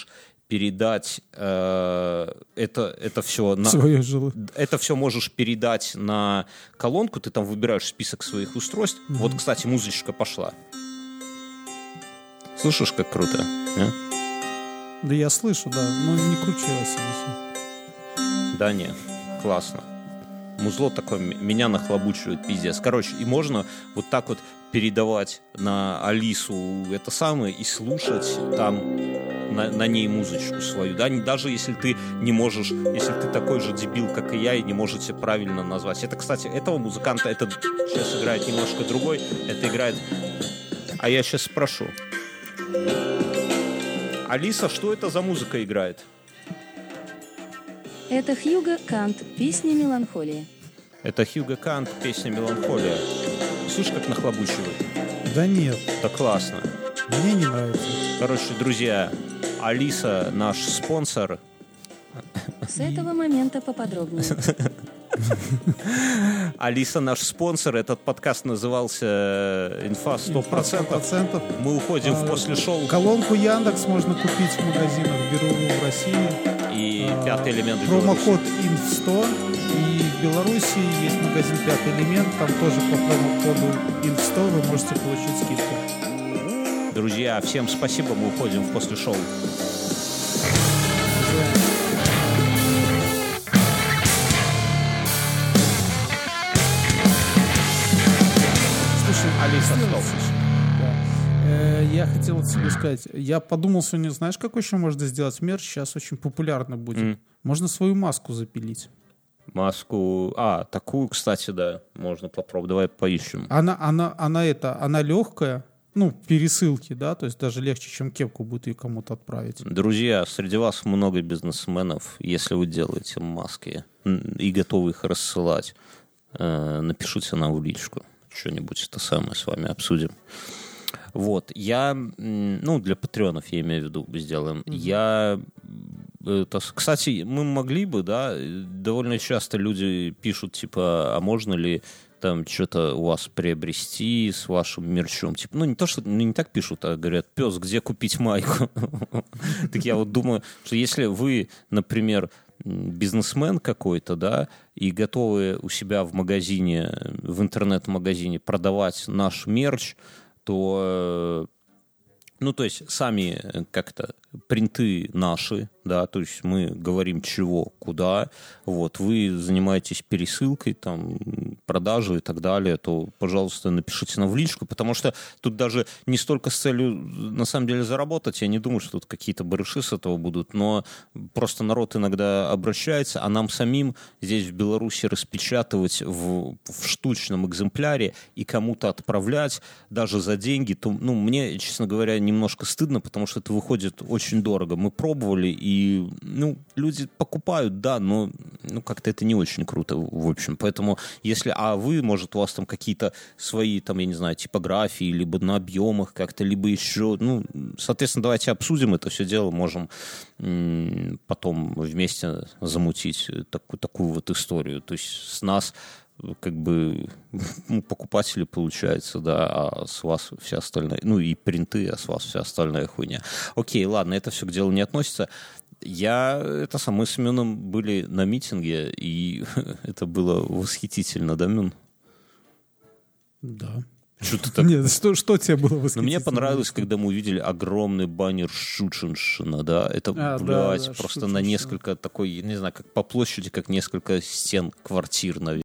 передать э, это, это все на, Свое жило. это все можешь передать на колонку, ты там выбираешь список своих устройств. Mm-hmm. Вот, кстати, музычка пошла. Слышишь, как круто? А? Да я слышу, да, но не кручу я себе. Да не, классно. Музло такое меня нахлобучивает, пиздец. Короче, и можно вот так вот передавать на Алису это самое и слушать там на, на ней музычку свою. Да? Даже если ты не можешь, если ты такой же дебил, как и я, и не можете правильно назвать. Это, кстати, этого музыканта, это сейчас играет немножко другой, это играет... А я сейчас спрошу. Алиса, что это за музыка играет? Это Хьюго Кант, песня «Меланхолия». Это Хьюго Кант, песня «Меланхолия». Слышь, как нахлобучивает? Да нет. Да классно. Мне не нравится. Короче, друзья, Алиса наш спонсор. С этого момента поподробнее. Алиса наш спонсор. Этот подкаст назывался «Инфа сто процентов». Мы уходим а, в после шоу. Колонку Яндекс можно купить в магазинах Беру в России. И а, пятый элемент в промокод инф сто. И в Беларуси есть магазин «Пятый элемент». Там тоже по промокоду инф сто вы можете получить скидку. Друзья, всем спасибо. Мы уходим в после шоу. Алиса, стоп. Да. Я хотел тебе сказать, я подумал сегодня, знаешь, как еще можно сделать мерч? Сейчас очень популярно будет. Mm. Можно свою маску запилить. Маску... А, такую, кстати, да, можно попробовать. Давай поищем. Она, она, она, это, она легкая, ну, пересылки, да, то есть даже легче, чем кепку будет ее кому-то отправить. Друзья, среди вас много бизнесменов. Если вы делаете маски и готовы их рассылать, напишите нам в личку. Что-нибудь это самое с вами обсудим. Вот, я, ну, для патреонов, я имею в виду, сделаем. Mm-hmm. Я, это, кстати, мы могли бы, да, довольно часто люди пишут, типа, а можно ли там что-то у вас приобрести с вашим мерчом? Типа, ну, не то, что, ну, не так пишут, а говорят, пес, где купить майку? Так я вот думаю, что если вы, например, бизнесмен какой-то, да, и готовы у себя в магазине, в интернет-магазине продавать наш мерч, то, ну, то есть сами как-то принты наши, да, то есть мы говорим чего, куда, вот, вы занимаетесь пересылкой, там, продажей и так далее, то, пожалуйста, напишите нам в личку, потому что тут даже не столько с целью, на самом деле, заработать, я не думаю, что тут какие-то барыши с этого будут, но просто народ иногда обращается, а нам самим здесь в Беларуси распечатывать в, в штучном экземпляре и кому-то отправлять даже за деньги, то, ну, мне, честно говоря, немножко стыдно, потому что это выходит очень очень дорого. Мы пробовали, и, ну, люди покупают, да, но, ну, как-то это не очень круто, в общем. Поэтому, если, а вы, может, у вас там какие-то свои, там, я не знаю, типографии, либо на объемах как-то, либо еще, ну, соответственно, давайте обсудим это все дело, можем м- потом вместе замутить такую, такую вот историю. То есть с нас как бы ну, покупатели получается, да, а с вас вся остальная, ну и принты, а с вас вся остальная хуйня. Окей, ладно, это все к делу не относится. Я, это сам, мы с Мюном были на митинге, и это было восхитительно, да, Мюн? Да. Что ты так... Нет, что, что тебе было восхитительно? Но мне понравилось, когда мы увидели огромный баннер Шучиншина, да, это, а, блядь, да, да, просто Шучиншина. На несколько такой, не знаю, как по площади, как несколько стен квартир, наверное.